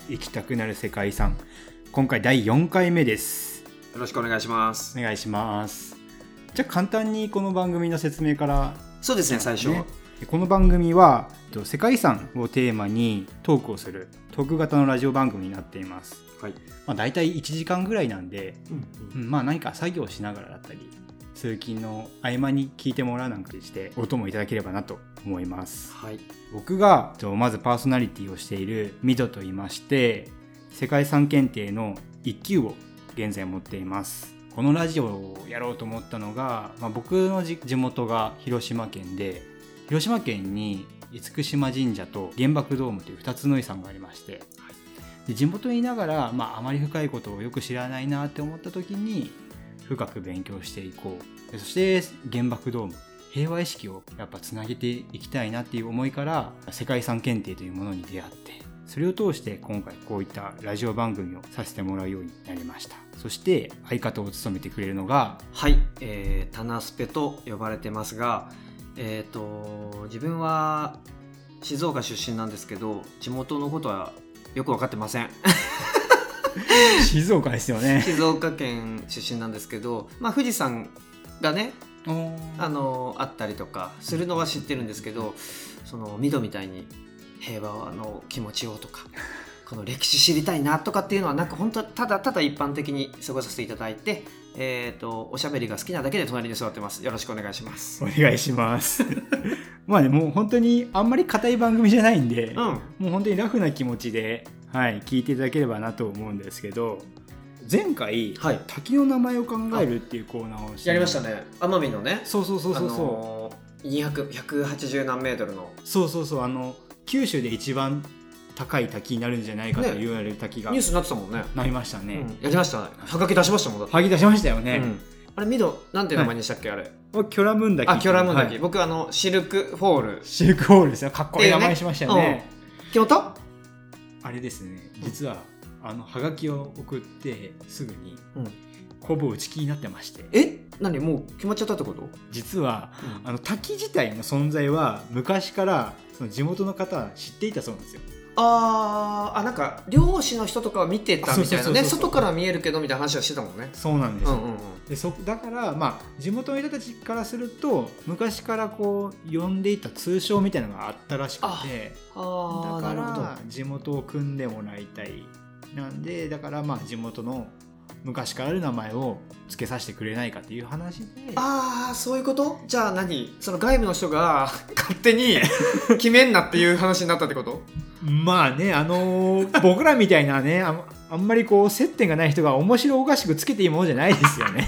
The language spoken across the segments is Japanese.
行きたくなる世界遺産、今回第4回目です。 よろしくお願いします。 お願いします。じゃあ簡単にこの番組の説明から。 そうですね、最初この番組は世界遺産をテーマにトークをするトーク型のラジオ番組になっています。 はい。 だいたい1時間ぐらいなんで、何か作業しながらだったり通勤の合間に聞いてもらうなんかしてお供いただければなと思います。 はい。 僕がまずパーソナリティをしているミドと言いまして、世界遺産検定の1級を現在持っています。このラジオをやろうと思ったのが、僕の地元が広島県で、広島県に厳島神社と原爆ドームという2つの遺産がありまして、で地元にいながら、あまり深いことをよく知らないなって思った時に深く勉強していこう。そして原爆ドーム、平和意識をやっぱつなげていきたいなっていう思いから世界遺産検定というものに出会って、それを通して今回こういったラジオ番組をさせてもらうようになりました。そして相方を務めてくれるのが、 はい、タナスペと呼ばれてますが、自分は静岡出身なんですけど、地元のことはよく分かってません。 静岡ですよね。 静岡県出身なんですけど、富士山がねあったりとかするのは知ってるんですけど、そのミドみたいに平和の気持ちをとかこの歴史知りたいなとかっていうのはなく、本当ただただ一般的に過ごさせていただいて、おしゃべりが好きなだけで隣に座ってます。よろしくお願いします。 お願いします。もう本当にあんまり硬い番組じゃないんで、もう本当にラフな気持ちで、聞いていただければなと思うんですけど、前回、滝の名前を考えるっていうコーナーをやりましたね。奄美のね。 そう 180何メートルの。 九州で一番高い滝になるんじゃないかと言われる滝が、 ニュースになってたもんね。 なりましたね。 やりましたね。はがき出しましたもん。 はがき出しましたよね。 あれミドなんて名前にしたっけ、あれ。 キョラムン滝。 キョラムン滝。僕シルクフォール。 シルクフォールですよ。かっこいい名前しましたよね。 決まった？ あれですね。実ははがきを送ってすぐにほぼ打ち切りになってまして。 何もう決まっちゃったってこと？ 実は、滝自体の存在は昔からその地元の方は知っていたそうなんですよ。 なんか漁師の人とかは見てたみたいなね。外から見えるけどみたいな話はしてたもんね。 そうなんですよ。でだから地元の人たちからすると昔からこう呼んでいた通称みたいなのがあったらしくて、だから地元を組んでもらいたい。なんでだから地元の昔からある名前を付けさせてくれないかっていう話で。 そういうこと？じゃあその外部の人が勝手に決めんなっていう話になったってこと？ 僕らみたいなね、あんまりこう接点がない人が面白おかしくつけていいものじゃないですよね。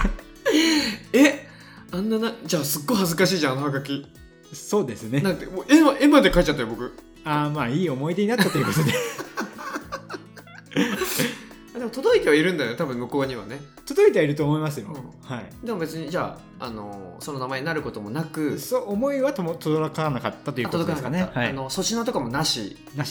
じゃあすっごい恥ずかしいじゃん、はがき。 そうですね。 なんてもう絵まで描いちゃったよ僕。 いい思い出になったということで。 でも届いてはいるんだよ多分向こうにはね。 届いてはいると思いますよ。 でも別にじゃあ、その名前になることもなく、 そう思いは届かなかったということですかね。 粗品とかもなしです。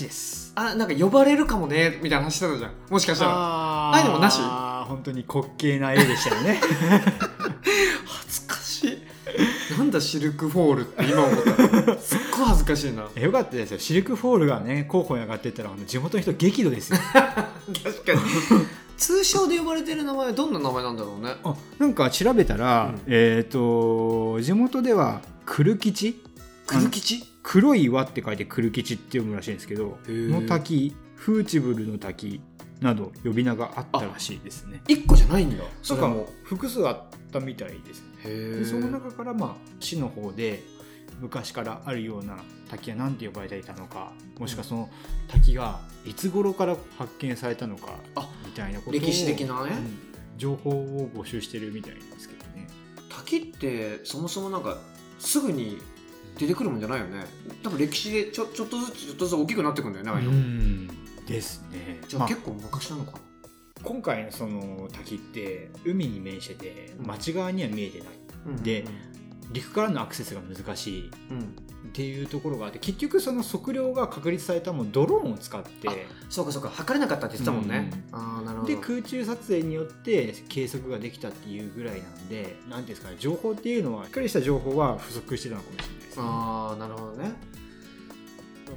なんか呼ばれるかもねみたいな話してたじゃん。もしかしたらでもなし。 本当に滑稽な絵でしたよね。 恥ずかしい。なんだシルクフォールって今思ったらすっごい恥ずかしいな。 よかったですよ。シルクフォールがね候補に上がっていったら地元の人激怒ですよ。 確かに。通称で呼ばれてる名前はどんな名前なんだろうね。 なんか調べたら、地元ではクル吉、黒い岩って書いてクル吉って読むらしいんですけど、の滝、フーチブルの滝など呼び名があったらしいですね。 1個じゃないんだ。 それも複数あったみたいですね。でその中から市の方で昔からあるような滝は何て呼ばれていたのか、もしくはその滝がいつ頃から発見されたのかみたいなことを、 歴史的なね、 情報を募集してるみたいなんですけどね。 滝ってそもそもなんかすぐに出てくるもんじゃないよね。多分歴史でちょっとずつ大きくなってくんだよね。 ですね。 じゃあ結構昔なのかな。 今回のその滝って海に面してて町側には見えてない、で陸からのアクセスが難しいっていうところがあって、結局その測量が確立されたもんドローンを使って、 そうか測れなかったって言ってたもんね。なるほど。 で空中撮影によって計測ができたっていうぐらいなんで、なんていうんですかね、情報っていうのはしっかりした情報は不足してたのかもしれないですね。 なるほどね。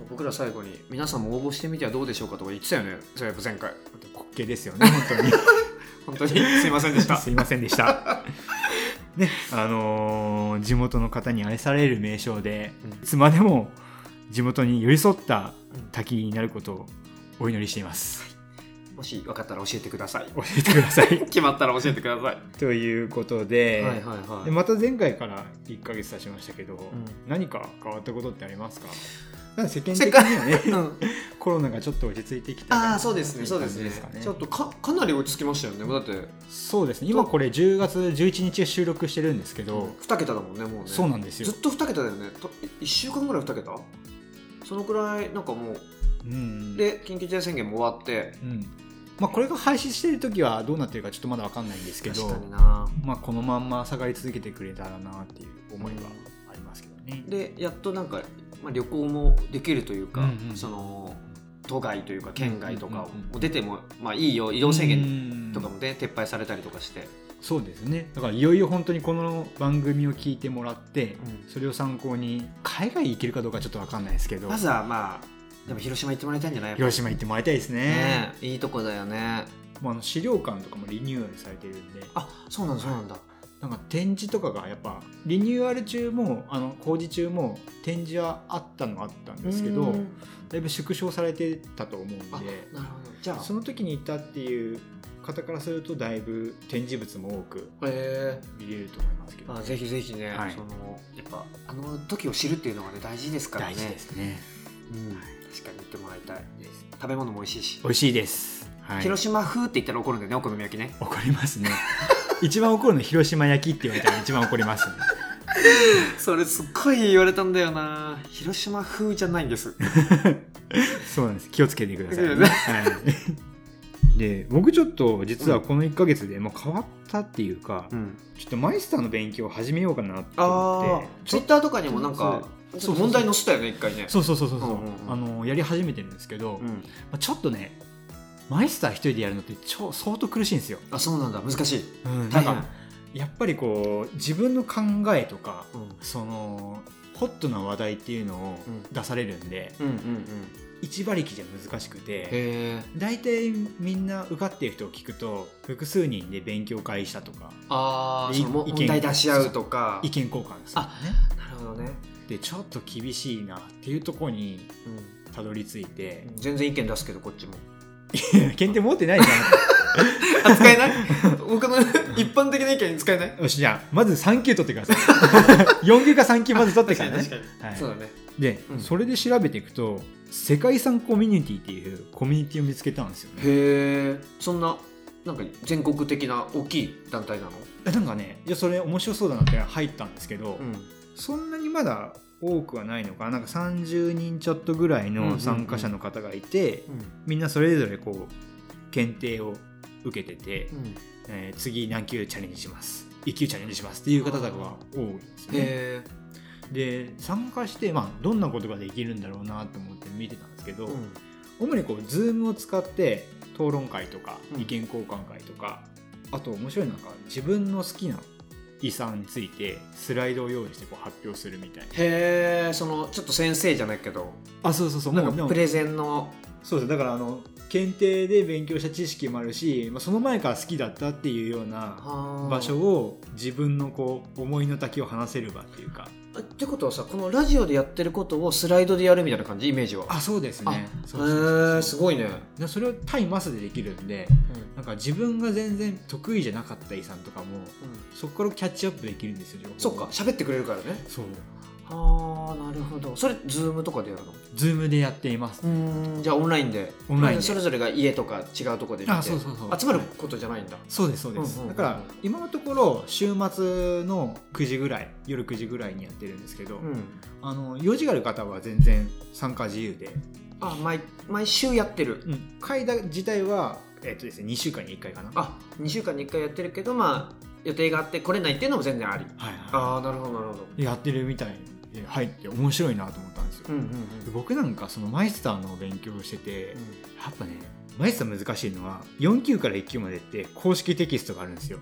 僕ら最後に皆さんも応募してみてはどうでしょうかとか言ってたよね。そういえば前回滑稽ですよね本当に本当にすいませんでしたすいませんでしたね、地元の方に愛される名称で、いつまでも地元に寄り添った滝になることをお祈りしています、 もし分かったら教えてください。 教えてください決まったら教えてください。 ということで、 はいはいはい、 でまた前回から1ヶ月経ちましたけど、何か変わったことってありますか？世間的にはね、コロナがちょっと落ち着いてきた。 そうですね、そうですね。ちょっと かなり落ち着きましたよね。だってそうですね。今これ10月11日収録してるんですけど、 2桁だもんね、もうね。 そうなんですよ。 ずっと2桁だよね。1週間ぐらい2桁？そのくらいなんかもう、で緊急事態宣言も終わって、 これが配信している時はどうなってるかちょっとまだ分かんないんですけど、 確かにな、 このまんま下がり続けてくれたらなっていう思いはありますけどね。 でやっとなんか、旅行もできるというか、その都外というか県外とかも出ても、いいよ、移動制限とかもね、撤廃されたりとかして。 そうですね。だからいよいよ本当にこの番組を聞いてもらって、それを参考に海外行けるかどうかちょっと分かんないですけど、 まずはでも広島行ってもらいたいんじゃない？ 広島行ってもらいたいですね。 いいとこだよね。 資料館とかもリニューアルされてるんで。 そうなんだ、そうなんだ。 なんか展示とかがやっぱリニューアル中も工事中も展示はあったのはあったんですけど、だいぶ縮小されてたと思うんで、 なるほど。じゃあその時に行ったっていう方からするとだいぶ展示物も多く見れると思いますけど、 ぜひぜひね、やっぱ時を知るっていうのがね、大事ですからね。 大事ですね。 確かに行ってもらいたいです。食べ物も美味しいし。 美味しいです、 広島風って言ったら怒るんだよね、お好み焼きね。 怒りますね一番怒るの広島焼きって言われたら一番怒りますねそれすっごい言われたんだよな。広島風じゃないんですそうなんです。気をつけてくださいねで、僕ちょっと実はこの1ヶ月で変わったっていうか、ちょっとマイスターの勉強を始めようかなって思って、 ツイッターとかにもなんか問題載せたよね、一回ね。 そうやり始めてるんですけど、ちょっとね、マイスター一人でやるのって相当苦しいんですよ。 そうなんだ、難しい。 なんかやっぱりこう自分の考えとか、そのホットな話題っていうのを出されるんで、一馬力じゃ難しくて、大体みんな受かっている人を聞くと複数人で勉強会したとか、 問題出し合うとか意見交換するね。 なるほどね。でちょっと厳しいなっていうところにたどり着いて、 全然意見出すけどこっちも検定持ってないじゃん使えない僕の一般的な意見使えない？ よし、じゃあまず3級取ってください4級か3級まず取ってからね。 そうだね。 で、それで調べていくと世界遺産コミュニティっていうコミュニティを見つけたんですよね。 へえ。そんななんか全国的な大きい団体なの？ なんかね、それ面白そうだなって入ったんですけど、そんなにまだ多くはないのかな。なんか30人ちょっとぐらいの参加者の方がいて、みんなそれぞれこう検定を受けてて、次何級チャレンジします、1級チャレンジしますっていう方々が多いんですね。で参加して、どんなことができるんだろうなと思って見てたんですけど、主にこう Zoom を使って討論会とか意見交換会とか、あと面白いのが自分の好きな遺産についてスライドを用意してこう発表するみたいな。 へえ。そのちょっと先生じゃないけど、 そうなんかプレゼンの。 そうです。だから検定で勉強した知識もあるし、その前から好きだったっていうような場所を自分のこう思いの丈を話せる場っていうか。 ってことはさ、このラジオでやってることをスライドでやるみたいな感じ、イメージは。 そうですね。 すごいね。 それを対マスでできるんで、なんか自分が全然得意じゃなかった遺産とかも、そこからキャッチアップできるんですよ。 そっか、喋ってくれるからね。 そう。 なるほど。それ Zoom とかでやるの ？Zoom でやっています。 じゃあオンラインでそれぞれが家とか違うところで見て集まることじゃないんだ。そうですそうです。だから今のところ週末の9時ぐらい、夜9時ぐらいにやってるんですけど、用事がある方は全然参加自由で。毎週やってる。会自体はですね、2週間に1回かな。2週間に1回やってるけど、予定があって来れないっていうのも全然あり。なるほどなるほど。やってるみたいで入って面白いなと思ったんですよ。僕なんかそのマイスターの勉強をしてて、やっぱね、マイスター難しいのは4級から1級までって公式テキストがあるんですよ。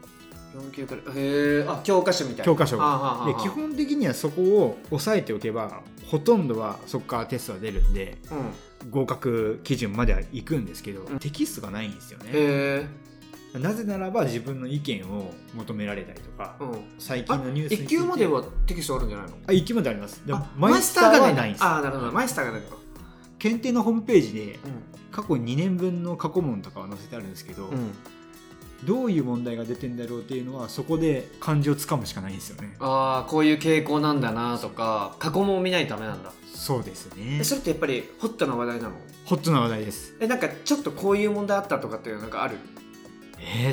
4級からへえ、あ、教科書みたいな。 教科書がで基本的にはそこを押さえておけばほとんどはそこからテストが出るんで、合格基準までは行くんですけど、テキストがないんですよね。 へえ。なぜならば自分の意見を求められたりとか、最近のニュースについて 1級まではテキストあるんじゃないの？ 1級まであります。でもマイスターがないんです。 なるほど、マイスターがないのか。 検定のホームページで過去2年分の過去問とかは載せてあるんですけど、どういう問題が出てんだろうっていうのはそこで漢字をつかむしかないんですよね。 ああ、こういう傾向なんだなとか、過去問を見ないとダメなんだ。 そうですね。 それってやっぱりホットな話題なの？ ホットな話題です。 なんかちょっとこういう問題あったとかっていうのなんかある？ 例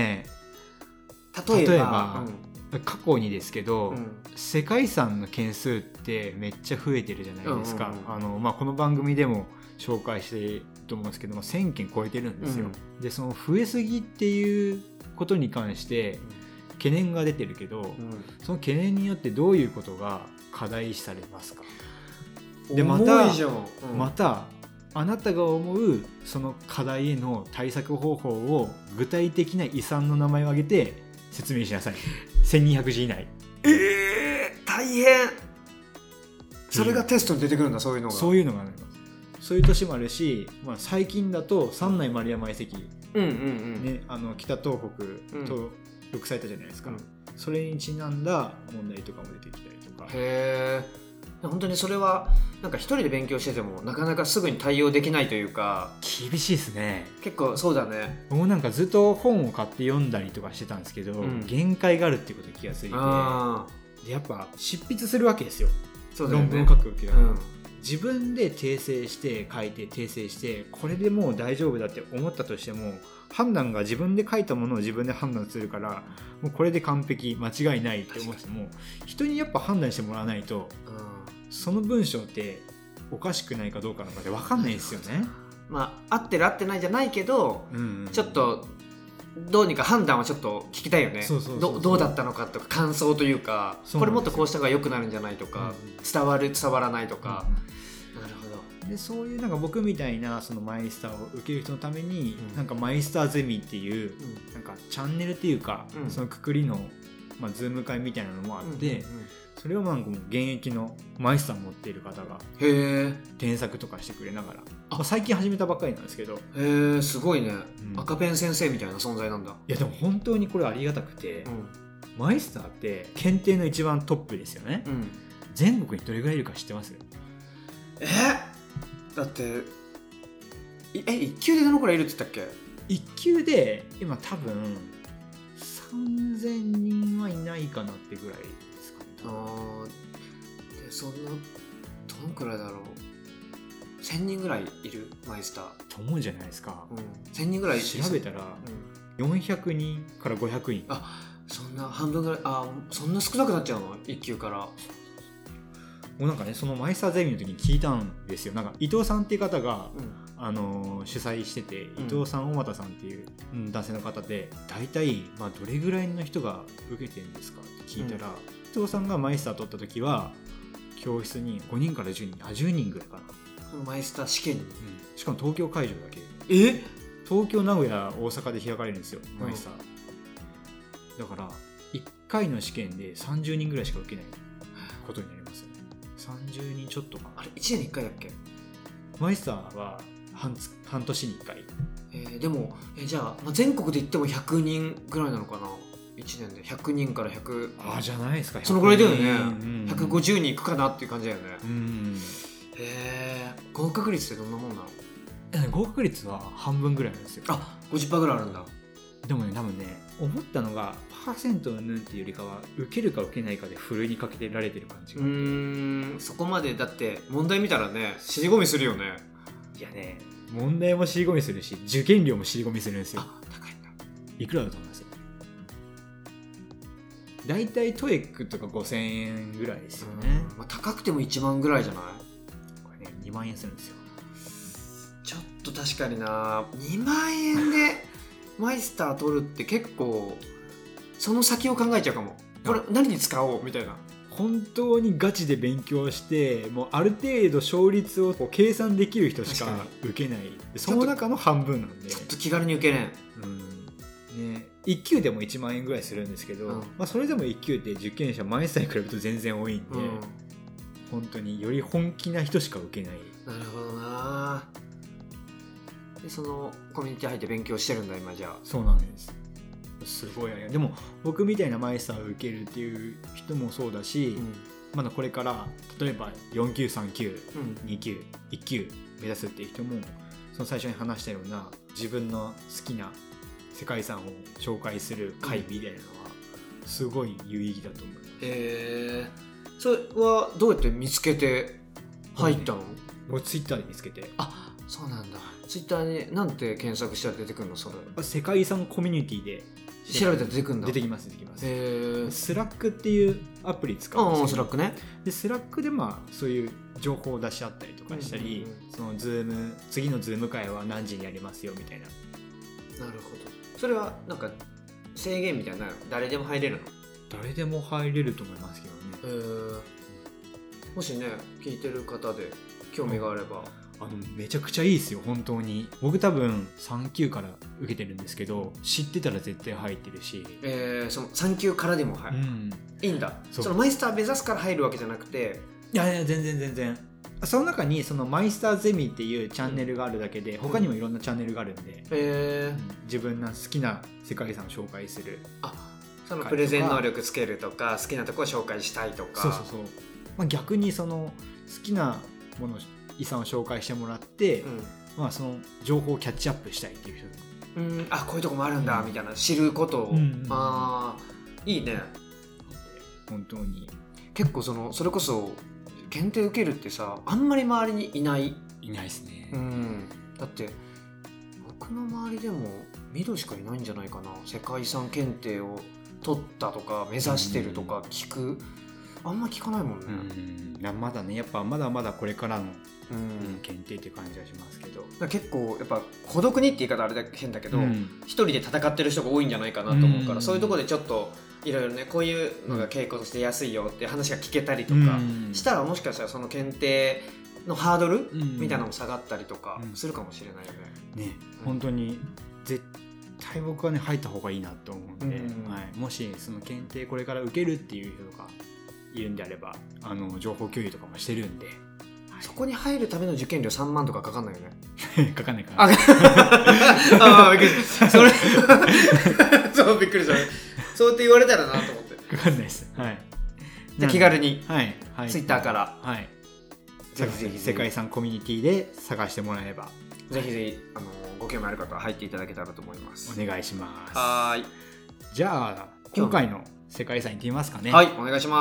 えば、過去にですけど、世界遺産の件数ってめっちゃ増えてるじゃないですか。この番組でも紹介してると思うんですけども、1000件超えてるんですよ。でその増えすぎっていうことに関して懸念が出てるけど、その懸念によってどういうことが課題視されますか？でまたあなたが思うその課題への対策方法を具体的な遺産の名前を挙げて説明しなさい。1200字以内。 大変。それがテストに出てくるんだ。そういうのがあります。そういう年もあるし、最近だと三内丸山遺跡、北東北と録されたじゃないですか、それにちなんだ問題とかも出てきたりとか。 へえ。本当にそれはなんか一人で勉強しててもなかなかすぐに対応できないというか、 厳しいですね。 結構そうだね。 僕もなんかずっと本を買って読んだりとかしてたんですけど、限界があるっていうことに気がついて、でやっぱ執筆するわけですよ。そうだよね、論文を書くわけだから、自分で訂正して書いて訂正してこれでもう大丈夫だって思ったとしても、判断が自分で書いたものを自分で判断するから、もうこれで完璧間違いないって思っても、人にやっぱ判断してもらわないと、その文章っておかしくないかどうかなんかで分かんないですよね。 合ってる合ってないじゃないけど、ちょっとどうにか判断はちょっと聞きたいよね。どうだったのかとか感想というか、これもっとこうした方が良くなるんじゃないとか、伝わる伝わらないとか、なるほど。 でそういうなんか僕みたいなそのマイスターを受ける人のために、なんかマイスターゼミっていう、なんかチャンネルっていうか、そのくくりの、ズーム会みたいなのもあって、それをなんかもう現役のマイスターを持っている方が添削とかしてくれながら、最近始めたばっかりなんですけど。 すごいね、赤ペン先生みたいな存在なんだ。 いやでも本当にこれありがたくて、マイスターって検定の一番トップですよね、全国にどれぐらいいるか知ってます？ だって1級でどのくらいいるって言ったっけ ？1級で今多分3000人はいないかなってぐらいですかね。 でそんなどのくらいだろう、1000人ぐらいいるマイスターと思うんじゃないですか、 1000人ぐらい調べたら、400人から500人。 そんな半分ぐらい、そんな少なくなっちゃうの1級から。 もうなんかね、そのマイスターゼミの時に聞いたんですよ。なんか伊藤さんっていう方が、主催してて、伊藤さん、尾又さんっていう、男性の方で、大体、どれぐらいの人が受けてるんですかって聞いたら、伊藤さんがマイスター取った時は教室に5人から10人、10人ぐらいかな。 マイスター試験に、 しかも東京会場だけ。東京、名古屋、大阪で開かれるんですよ、マイスター。だから1回の試験で30人ぐらいしか受けないことになりますよね。30人ちょっとかな。 あれ1年に1回だっけ？ マイスターは半年に1回。 でもじゃあ、全国で言っても100人ぐらいなのかな。1年で100人から100。 じゃないですか。 そのぐらいだよね。150人いくかなっていう感じだよね。合格率ってどんなもんなの？ 合格率は半分ぐらいなんですよ。 50% ぐらいあるんだ。 でもね、多分ね、思ったのがパーセントのっていうよりかは受けるか受けないかでふるいにかけてられてる感じがあって。 そこまでだって問題見たらね、尻込みするよね。 いやね、問題も尻込みするし、受験料も尻込みするんですよ。 高いんだ。 いくらだと思います？だいたいトエックとか5000円ぐらいですよね。 高くても1万ぐらいじゃない？ これね、2万円するんですよ。 ちょっと確かにな。2万円でマイスター取るって結構その先を考えちゃうかも。これ何に使おうみたいな。 本当にガチで勉強して、もうある程度勝率を計算できる人しか受けない。その中の半分なんで、 ちょっと気軽に受けれん。 ね、 1級でも1万円ぐらいするんですけど、それでも1級って受験者マイスターに比べると全然多いんで、本当により本気な人しか受けない。 なるほどな。でそのコミュニティ入って勉強してるんだ今じゃあ。 そうなんです。すごいね。でも僕みたいなマイスターを受けるっていう人もそうだし、まだこれから例えば4級3級、2級1級目指すっていう人もその最初に話したような自分の好きな世界遺産を紹介する会みたいなのはすごい有意義だと思います。 それはどうやって見つけて入ったの？ 僕ツイッターで見つけて。 あ、そうなんだ。ツイッターになんて検索したら出てくるの？それ世界遺産コミュニティで調べたら出てくるんだ。 出てきます。スラックっていうアプリ使うんですけど、 スラックね。 でスラックでそういう情報を出し合ったりとかしたり、そのズーム次のズーム会は何時にやりますよみたいな。 なるほど。それはなんか制限みたいな誰でも入れるの？ 誰でも入れると思いますけどね。 もしね聞いてる方で興味があれば、 めちゃくちゃいいですよ本当に。僕多分3級から受けてるんですけど、知ってたら絶対入ってるし、 その3級からでも入る、いいんだ。そのマイスター目指すから入るわけじゃなくて。 いや全然その中にそのマイスターゼミっていうチャンネルがあるだけで、他にもいろんなチャンネルがあるんで、自分の好きな世界遺産を紹介する。 そのプレゼン能力つけるとか好きなところを紹介したいとか。 そう、逆にその好きなもの遺産を紹介してもらって、その情報をキャッチアップしたいっていう人、 こういうとこもあるんだみたいな知ることを、いいね。 本当に結構それこそ検定受けるってさ、あんまり周りにいないですね。 だって僕の周りでもミドしかいないんじゃないかな。世界遺産検定を取ったとか目指してるとか聞く、あんま聞かないもんね。 まだね、やっぱまだまだこれからの検定って感じはしますけど、 結構やっぱ孤独にって言い方あれだけ変だけど、一人で戦ってる人が多いんじゃないかなと思うから、そういうところでちょっといろいろね、こういうのが傾向として安いよって話が聞けたりとかしたら、もしかしたらその検定のハードルみたいなのも下がったりとかするかもしれないよね。 本当に絶対僕はね入った方がいいなと思うんで、もしその検定これから受けるっていう人がいるんであれば、情報共有とかもしてるんで、 そこに入るための受験料3万とかかかんないよね。 かかんないかな。 びっくりした。それそうびっくりした。そうって言われたらなと思って。 かかんないです。 じゃあ気軽にツイッターから、 ぜひぜひ世界遺産コミュニティで探してもらえば、 ぜひぜひご興味ある方は入っていただけたらと思います。 お願いします。 はい。 じゃあ今回の世界遺産行ってみますかね。 はい、お願いします。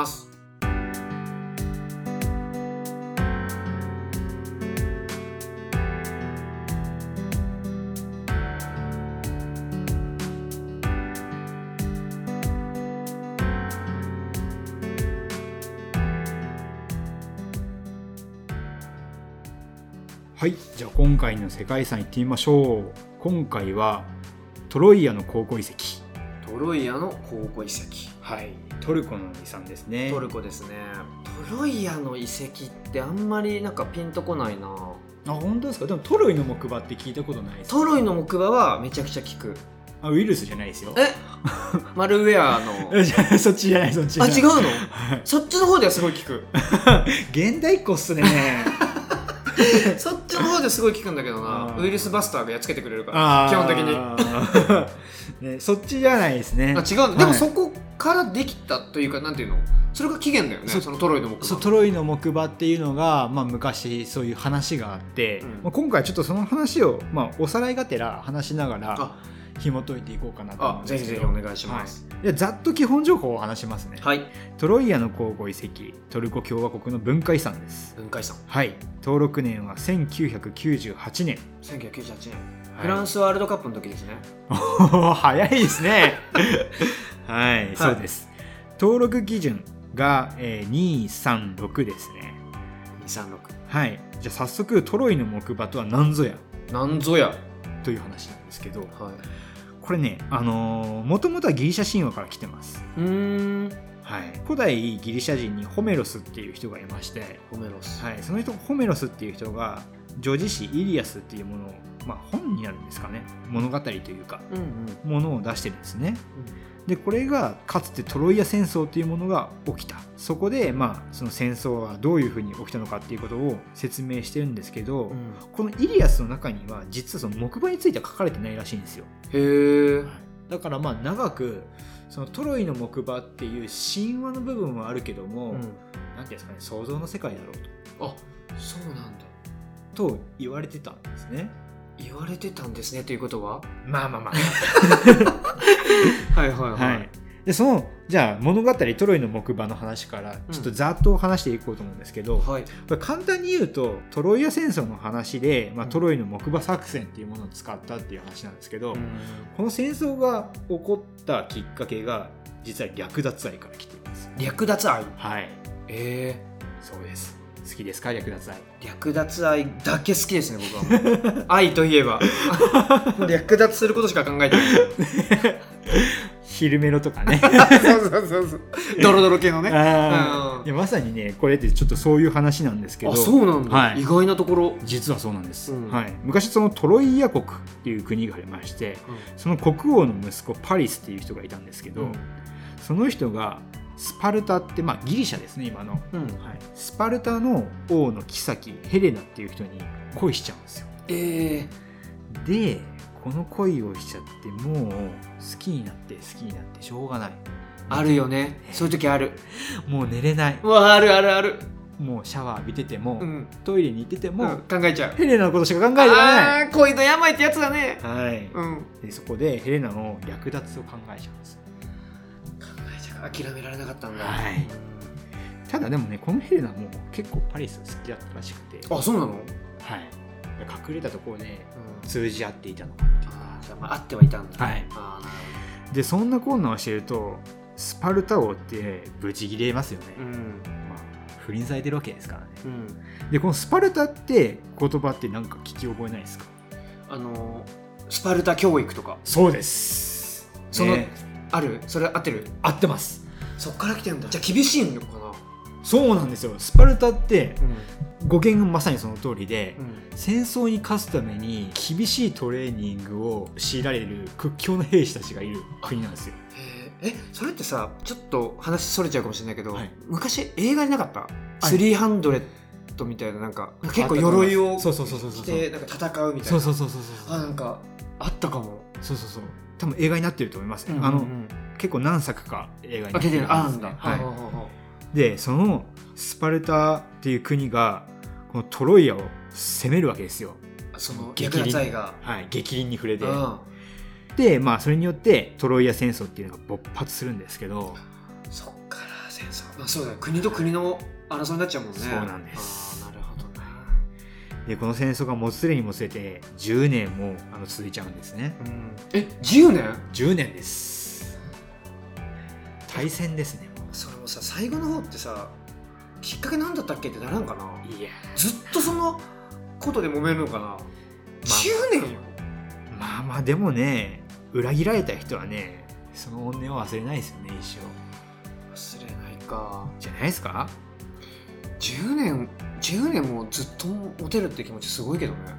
はい、じゃあ今回の世界遺産行ってみましょう。今回はトロイアの考古遺跡。 トロイアの考古遺跡。 はい、トルコの遺産ですね。 トルコですね。トロイアの遺跡ってあんまりなんかピンとこないな。 本当ですか？でもトロイの木馬って聞いたことないですか？ トロイの木馬はめちゃくちゃ聞く。 ウイルスじゃないですよ。 マルウェアのそっちじゃない、そっちじゃない。 違うの？そっちの方ではすごい聞く。 現代っ子っすね。 そっちの方ですごい聞くんだけどな。ウイルスバスターがやっつけてくれるから基本的に。 そっちじゃないですね。 違う。でもそこからできたというか、なんていうの、それが起源だよね。そのトロイの木馬。 そう、トロイの木馬っていうのが、昔そういう話があって、今回ちょっとその話を、おさらいがてら話しながら紐解いていこうかなと思うんですけど。 ぜひぜひお願いします。 ざっと基本情報を話しますね。 はい。 トロイアの考古遺跡、トルコ共和国の文化遺産です。 文化遺産。 はい。登録年は1998年。 1998年。フランスワールドカップの時ですね。 早いですね。はい、そうです。登録基準が、236ですね。 236。 はい。じゃあ早速トロイの木馬とは何ぞや。 何ぞやという話なんですけど、これね、もともとはギリシャ神話から来てます。はい、古代ギリシャ人にホメロスっていう人がいまして、 ホメロス、 はい、その人ホメロスっていう人が女児誌イリアスっていうものを本になるんですかね、物語というか、 うんものを出してるんですね。でこれがかつてトロイア戦争というものが起きた。そこでその戦争はどういうふうに起きたのかっていうことを説明してるんですけど、このイリアスの中には実はその木馬については書かれてないらしいんですよ。 へえ。 だから長くそのトロイの木馬っていう神話の部分はあるけども、なんていうんですかね、想像の世界だろうと。 あ、そうなんだと言われてたんですね。 言われてたんですねということははいはいはい、 でじゃあ物語トロイの木馬の話からちょっとざっと話していこうと思うんですけど、これ簡単に言うとトロイア戦争の話で、トロイの木馬作戦っていうものを使ったっていう話なんですけど、この戦争が起こったきっかけが実は略奪愛から来ています。 略奪愛。 はい。そうです。好きですか、略奪愛。 略奪愛だけ好きですね、僕は。愛といえば略奪することしか考えてない昼メロとかねそうドロドロ系のね。 いやまさにね、これってちょっとそういう話なんですけど。 あ、そうなんだ、意外なところ。 実はそうなんです、昔そのトロイア国っていう国がありまして、その国王の息子パリスっていう人がいたんですけど、その人がスパルタって、ギリシャですね今の、スパルタの王の妃ヘレナっていう人に恋しちゃうんですよ。でこの恋をしちゃってもう好きになってしょうがない。 あるよね、そういう時ある。 もう寝れない。 あるあるある。もうシャワー浴びてても、トイレに行ってても、 考えちゃう。 ヘレナのことしか考えてない。 恋の病ってやつだね。 でそこでヘレナの略奪を考えちゃうんです。 諦められなかったんだ。 ただでもね、このヘレナも結構パリス好きだったらしくて。 あ、そうなの？ 隠れたところで通じ合っていたのかっていうか。 じゃあ会ってはいたんだ。 でそんなこんなをしてるとスパルタ王ってブチギレますよね。不倫されてるわけですからね。でこのスパルタって言葉ってなんか聞き覚えないですか？ スパルタ教育とか。 そうです。 ある？それ合ってる？ 合ってます。 そっから来てるんだ。じゃあ厳しいのかな？ そうなんですよ。スパルタって、語源がまさにその通りで、戦争に勝つために厳しいトレーニングを強いられる屈強な兵士たちがいる国なんですよ。 それってさ、ちょっちょっと話それちゃうかもしれないけど、昔映画になかった、300みたいな、なんか結構鎧を着てなんか戦うみたいな。なんかあったかも。 多分映画になってると思いますね。結構何作か映画になってるんですね。でそのスパルタっていう国がこのトロイアを攻めるわけですよ。 その略奪愛が激鱗に触れて、でそれによってトロイア戦争っていうのが勃発するんですけど、 そっから戦争、そうだよ、国と国の争いになっちゃうもんね。 そうなんです。 なるほどね。 でこの戦争がもつれにもつれて10年も続いちゃうんですね。 10年 ？10年です。大戦ですね。 それもさ、最後の方ってさ、きっかけなんだったっけってならんかな。 いや、 ずっとそのことで揉めるのかな。10年よ。 でもね、裏切られた人はね、その怨念を忘れないですよね、一生。忘れないか。 じゃないですか。 10年もずっとモテるって気持ちすごいけどね。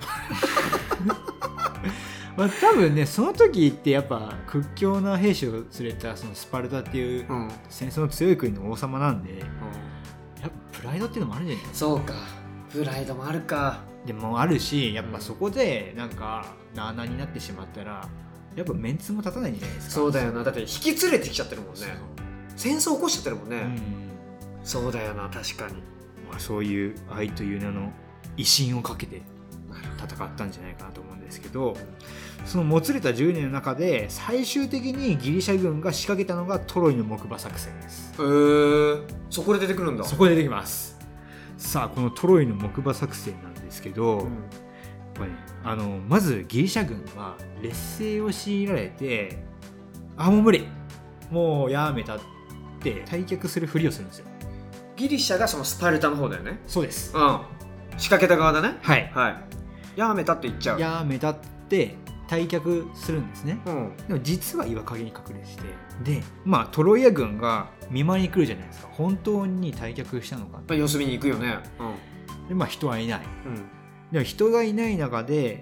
多分ね、その時ってやっぱ屈強な兵士を連れたそのスパルタっていう戦争の強い国の王様なんで、やっぱプライドっていうのもあるじゃないですか。 そうか、プライドもあるか。 でもあるし、やっぱそこでなんかなあなあになってしまったらやっぱメンツも立たないんじゃないですか。 そうだよな。だって引き連れてきちゃってるもんね。戦争起こしちゃってるもんね。そうだよな、確かに。 そういう愛という名の威信をかけて戦ったんじゃないかなと思うんですけど、そのもつれた10年の中で最終的にギリシャ軍が仕掛けたのがトロイの木馬作戦です。 そこで出てくるんだ。 そこで出てきます。さあこのトロイの木馬作戦なんですけど、これまずギリシャ軍は劣勢を強いられて、もう無理、もうやめたって退却するふりをするんですよ。 ギリシャがそのスパルタの方だよね。 そうです。 仕掛けた側だね。やめたって言っちゃう。 やめたって退却するんですね。でも実は岩陰に隠れてて、でトロイア軍が見舞いに来るじゃないですか。本当に退却したのか、 様子見に行くよね。 で人はいない。でも人がいない中で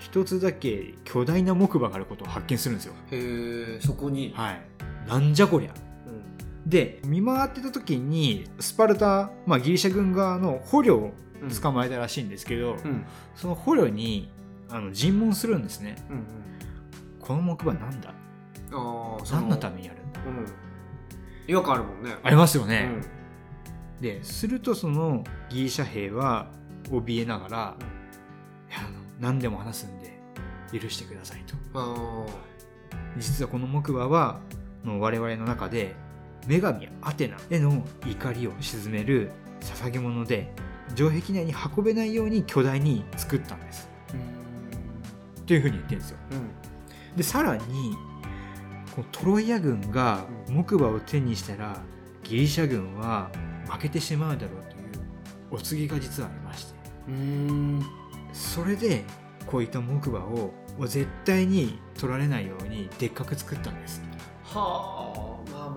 一つだけ巨大な木馬があることを発見するんですよ。 へえ、そこに。 はい。なんじゃこりゃ。で、見回ってた時にスパルタ、ギリシャ軍側の捕虜を捕まえたらしいんですけど、その捕虜に尋問するんですね。この木馬なんだ、何のためにやるんだ、 違和感あるもんね。 ありますよね。でするとそのギリシャ兵は怯えながら、いや何でも話すんで許してくださいと。実はこの木馬は我々の中で女神アテナへの怒りを鎮める捧げ物で、城壁内に運べないように巨大に作ったんですっていうふうに言ってるんですよ。でさらにこのトロイア軍が木馬を手にしたらギリシャ軍は負けてしまうだろうというお告げが実はありまして、それでこういった木馬を絶対に取られないようにでっかく作ったんです。 はあ、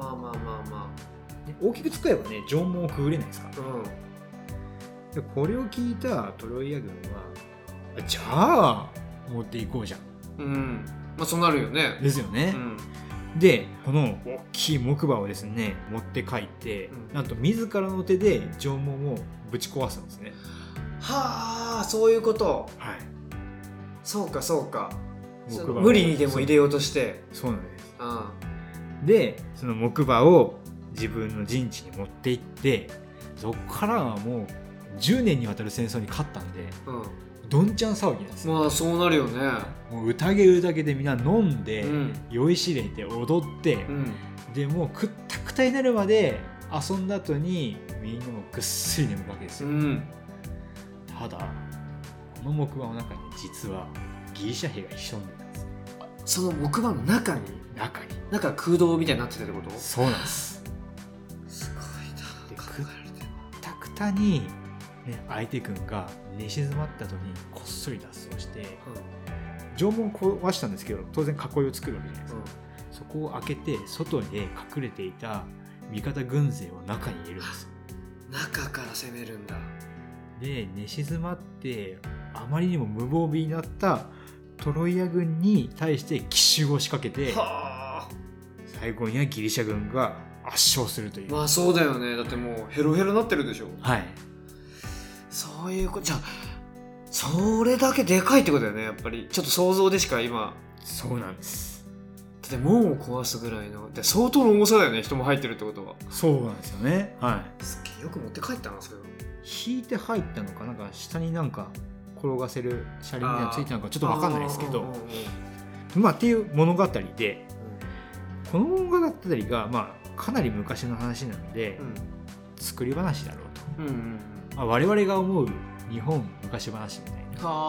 大きく作ればね、城門をくぐれないですか、でこれを聞いたトロイア軍は、じゃあ持っていこうじゃん、 そうなるよね。 ですよね、でこの大きい木馬をですね持って帰って、なんと自らの手で城門をぶち壊すんですね。 はあ、そういうこと。 はい、 そうか無理にでも入れようとして。 そうなんです。でその木馬を自分の陣地に持って行って、そこからはもう10年にわたる戦争に勝ったんで、どんちゃん騒ぎなんですよ。 そうなるよね。 もう宴でみんな飲んで、酔いしれて踊って、でもうくったくたになるまで遊んだ後にみんなもぐっすり眠るわけですよ。ただこの木馬の中に実はギリシャ兵が潜んでたんです。 その木馬の中に空洞みたいになってたってこと？ そうなんです。 すごいな。 くったくたに、相手軍が寝静まった後にこっそり脱走して、城門を壊したんですけど、当然囲いを作るわけじゃないですか、そこを開けて外で隠れていた味方軍勢を中に入れるんです。 中から攻めるんだ。 で寝静まってあまりにも無防備になったトロイア軍に対して奇襲を仕掛けて、最後にはギリシャ軍が圧勝するという。 そうだよね。だってもうヘロヘロになってるでしょ。 はい。 そういうことじゃあ、それだけでかいってことだよね。やっぱりちょっと想像でしか今。 そうなんです。 だって門を壊すぐらいので相当の重さだよね。人も入ってるってことは。 そうなんですよね。はい。 すっげえよく持って帰ったんですけど。 引いて入ったのか、なんか下になんか転がせる車輪みたいなのついてたのかちょっと分かんないですけど、っていう物語で、この物語がかなり昔の話なので、作り話だろうと、我々が思う日本昔話みたい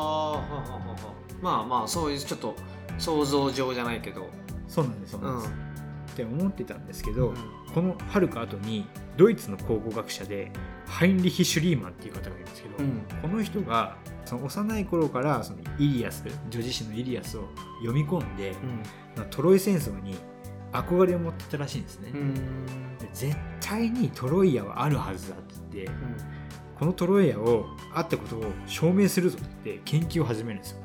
な、そういうちょっと想像上じゃないけど、 そうなんですって思ってたんですけど、このはるか後にドイツの考古学者でハインリヒ・シュリーマンっていう方がいるんですけど、この人がその幼い頃からそのイリアス、女児誌のイリアスを読み込んで、トロイ戦争に憧れを持ってたらしいんですね。で絶対にトロイアはあるはずだって言って、このトロイアをあったことを証明するぞって研究を始めるんですよ。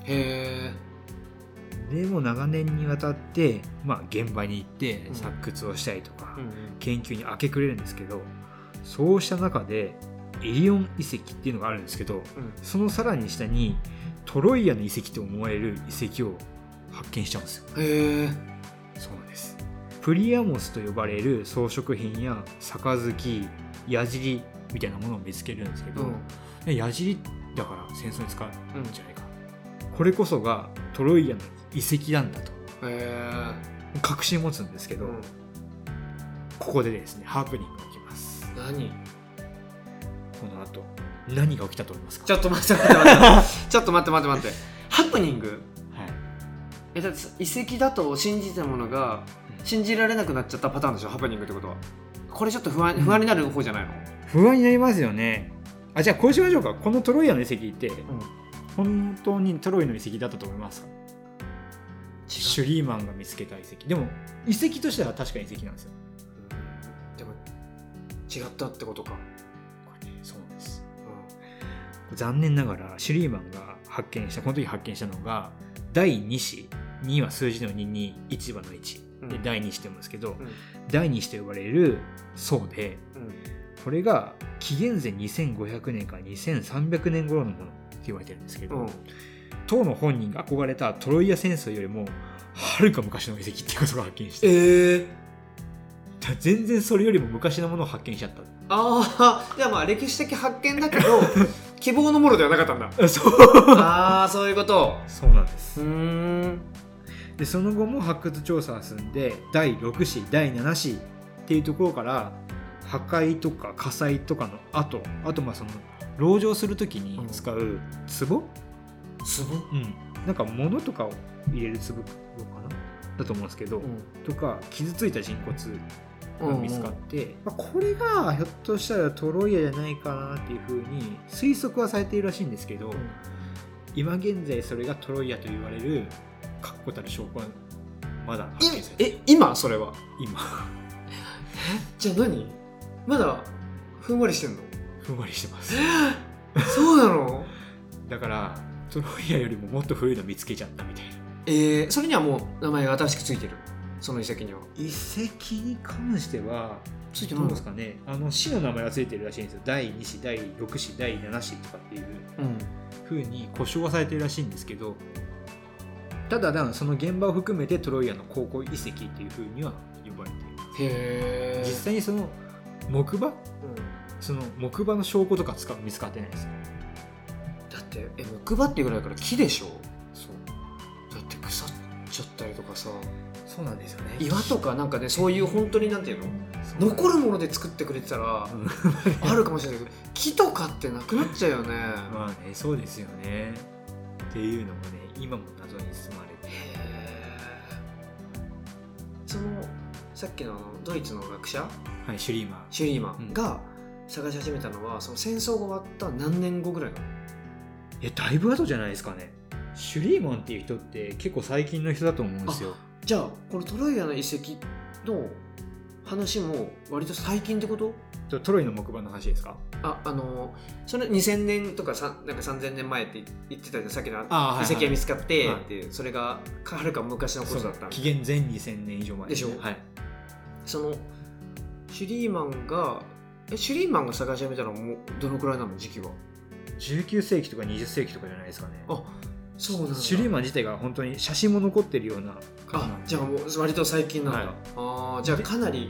でも長年にわたって、現場に行って発掘をしたりとか、研究に明け暮れるんですけど、そうした中でエリオン遺跡っていうのがあるんですけど、そのさらに下にトロイアの遺跡と思われる遺跡を発見しちゃうんですよ。そうなんです。プリアモスと呼ばれる装飾品や杯、矢尻みたいなものを見つけるんですけど、矢尻だから戦争に使うんじゃないか、これこそがトロイアの遺跡なんだと確信持つんですけど、ここでですねハプニングが起きます。 何？ この後何が起きたと思いますか？ ちょっと待ってちょっと待ってハプニング？だって遺跡だと信じたものが信じられなくなっちゃったパターンでしょ、ハプニングってことは。これちょっと不安になる方じゃないの？ 不安になりますよね。じゃあこうしましょうか。このトロイアの遺跡って、本当にトロイの遺跡だったと思いますか？シュリーマンが見つけた遺跡。でも遺跡としては確かに遺跡なんですよ。でも違ったってことか。 そうです。 残念ながらシュリーマンがこの時発見したのが第2子、2は数字の2に市場の1で第2子と呼ぶんですけど、第2子と呼ばれる層で、これが紀元前2500年から2300年頃のものって言われてるんですけど、当の本人が憧れたトロイア戦争よりもはるか昔の遺跡っていうことが発見して、全然それよりも昔のものを発見しちゃった。 じゃあまあ歴史的発見だけど希望のものではなかったんだ。そういうこと。 そうなんです。でその後も発掘調査が進んで第6子第7子っていうところから破壊とか火災とかのあとまあその籠城するときに使う壺、なんか物とかを入れる壺かなだと思うんですけど、とか傷ついた人骨が見つかって、これがひょっとしたらトロイアじゃないかなっていう風に推測はされているらしいんですけど、今現在それがトロイアと言われる確固たる証拠はまだ発見されてる。 今それは今じゃあ何まだふんわりしてんの？ ふんわりしてます。 そうなの？ だからトロイアよりももっと古いの見つけちゃったみたいな。 それにはもう名前が新しくついてる？その遺跡には。 遺跡に関してはついてないどうですかね。市の名前がついてるらしいんですよ。第2子第6子第7子とかっていう風に呼称はされてるらしいんですけど、ただその現場を含めてトロイアの考古遺跡っていう風には呼ばれている。実際にその木馬、その木馬の証拠とか見つかってないですよ。 だって木馬っていうぐらいだから木でしょ。そうだって腐っちゃったりとかさ。 そうなんですよね。 岩とかなんかね、そういう本当になんていうの残るもので作ってくれてたらあるかもしれないけど木とかってなくなっちゃうよね。 まあね、そうですよね。っていうのもね今も謎に包まれて。 そのさっきのドイツの学者、 シュリーマンが探し始めたのはその戦争が終わった何年後ぐらいなの？ だいぶ後じゃないですかね。シュリーマンっていう人って結構最近の人だと思うんですよ。 じゃあこのトロイアの遺跡の話も割と最近ってこと？ トロイの木馬の話ですか？ それ2000年とかなんか3000年前って言ってたじゃん。さっきの遺跡が見つかってっていう、それがはるか昔のことだった。 紀元前2000年以上前でしょ。そのシュリーマンが探し始めたのはもうどのくらいなの？時期は 19世紀とか20世紀とかじゃないですかね。 そうなんだ。 シュリーマン自体が本当に写真も残ってるような。 じゃあもう割と最近なんだ。じゃあかなり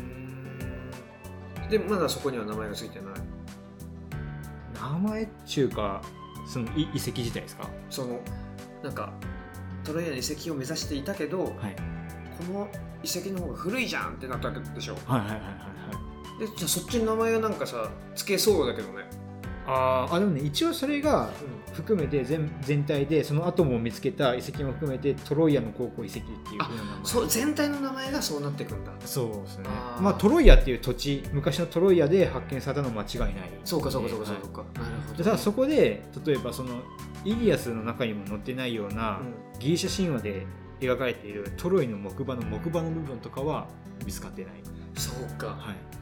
でまだそこには名前がついてない。 名前っていうかその遺跡自体ですか？そのなんかトロイアの遺跡を目指していたけど、この遺跡の方が古いじゃんってなったわけでしょ。でじゃあそっちの名前がなんかさつけそうだけどね。 でもね一応それが含めて全体でその後も見つけた遺跡も含めてトロイアの考古遺跡っていう風な名前。 そう全体の名前がそうなってくんだ。 そうですね。トロイアっていう土地、昔のトロイアで発見されたのは間違いない。 そうか。なるほど。 ただそこで例えばそのイリアスの中にも載ってないような、ギリシャ神話で描かれているトロイの木馬の部分とかは見つかってない。 そうか。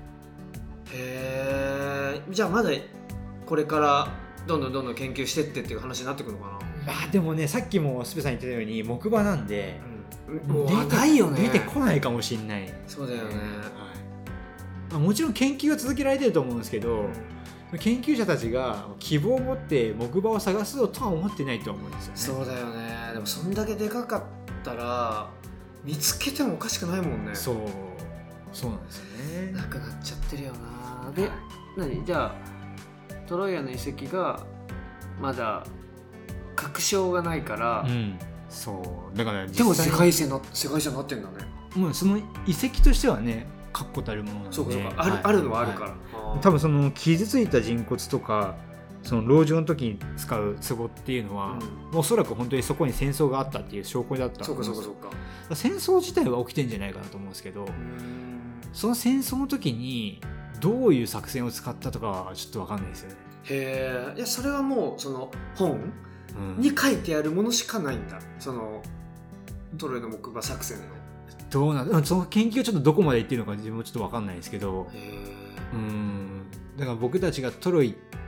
じゃあまだこれからどんどん研究してっていう話になってくるのかな。 でもねさっきもスペさん言ってたように木馬なんで、 ないよね。 出てこないかもしれない。 そうだよね。 もちろん研究は続けられてると思うんですけど、研究者たちが希望を持って木馬を探すとは思ってないと思うんですよね。 そうだよね。でもそんだけでかかったら見つけてもおかしくないもんね。そうなんですよね。なくなっちゃってるよな。で、じゃあトロイアの遺跡がまだ確証がないから、 そうだからでも世界遺産になってんだね。 もうその遺跡としてはね確固たるものなので、 そうあるのはあるから、 多分その傷ついた人骨とかその籠城の時に使う壺っていうのは、おそらく本当にそこに戦争があったっていう証拠だったと思うんですよ。そうか。戦争自体は起きてんじゃないかなと思うんですけど、その戦争の時にどういう作戦を使ったとかはちょっと分かんないですよね。 いやそれはもうその本に書いてあるものしかないんだ。そのトロイの木馬作戦のどうなんその研究はちょっとどこまでいってるのか自分もちょっと分かんないですけど、だから僕たちがトロイ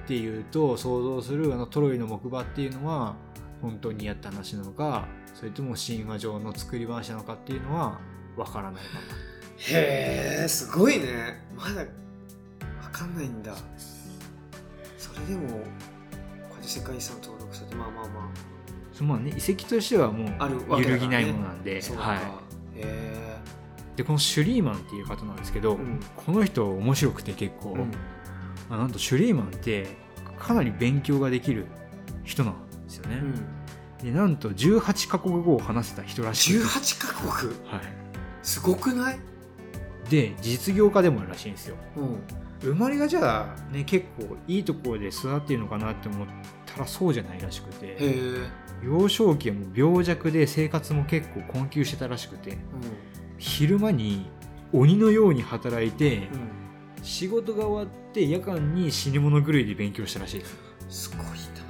っていうと想像するトロイの木馬っていうのは本当にあった話なのか、それとも神話上の作り話なのかっていうのは分からないまま。 へえ、すごいね。まだ分かんないんだ。それでもこうやって世界遺産登録されて、まあね、遺跡としてはもう揺るぎないものなんで、はい。でこのシュリーマンっていう方なんですけど、この人面白くて結構、なんとシュリーマンってかなり勉強ができる人なんですよね。でなんと18カ国語を話せた人らしい。 18カ国、はい、すごくない？ で実業家でもあるらしいんですよ。生まれがじゃあね結構いいところで育っているのかなって思ったらそうじゃないらしくて、幼少期はもう病弱で生活も結構困窮してたらしくて、昼間に鬼のように働いて、仕事が終わって夜間に死に物狂いで勉強したらしいです。 すごいな。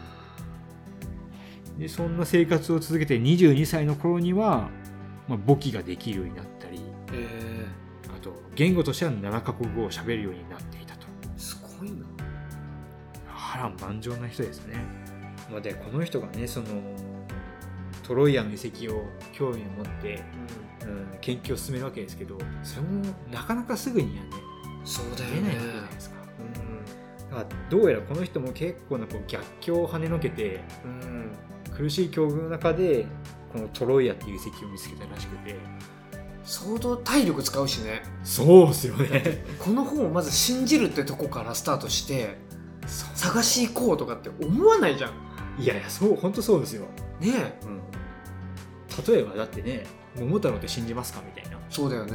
でそんな生活を続けて22歳の頃には、簿記ができるようになったり、あと言語としては7カ国語を喋るようになっていたと。 すごいな。 波乱万丈な人ですね。でこの人がねそのトロイアの遺跡を興味を持って、研究を進めるわけですけど、それもなかなかすぐにはね出ないわけじゃないですか。だからどうやらこの人も結構なこう逆境を跳ねのけて、苦しい境遇の中でこのトロイアっていう遺跡を見つけたらしくて、 相当体力使うしね。 そうですよね。 この本をまず信じるってとこからスタートして探し行こうとかって思わないじゃん。 いやいや、そう本当そうですよねえ、例えばだってね、桃太郎って信じますかみたいな。 そうだよね。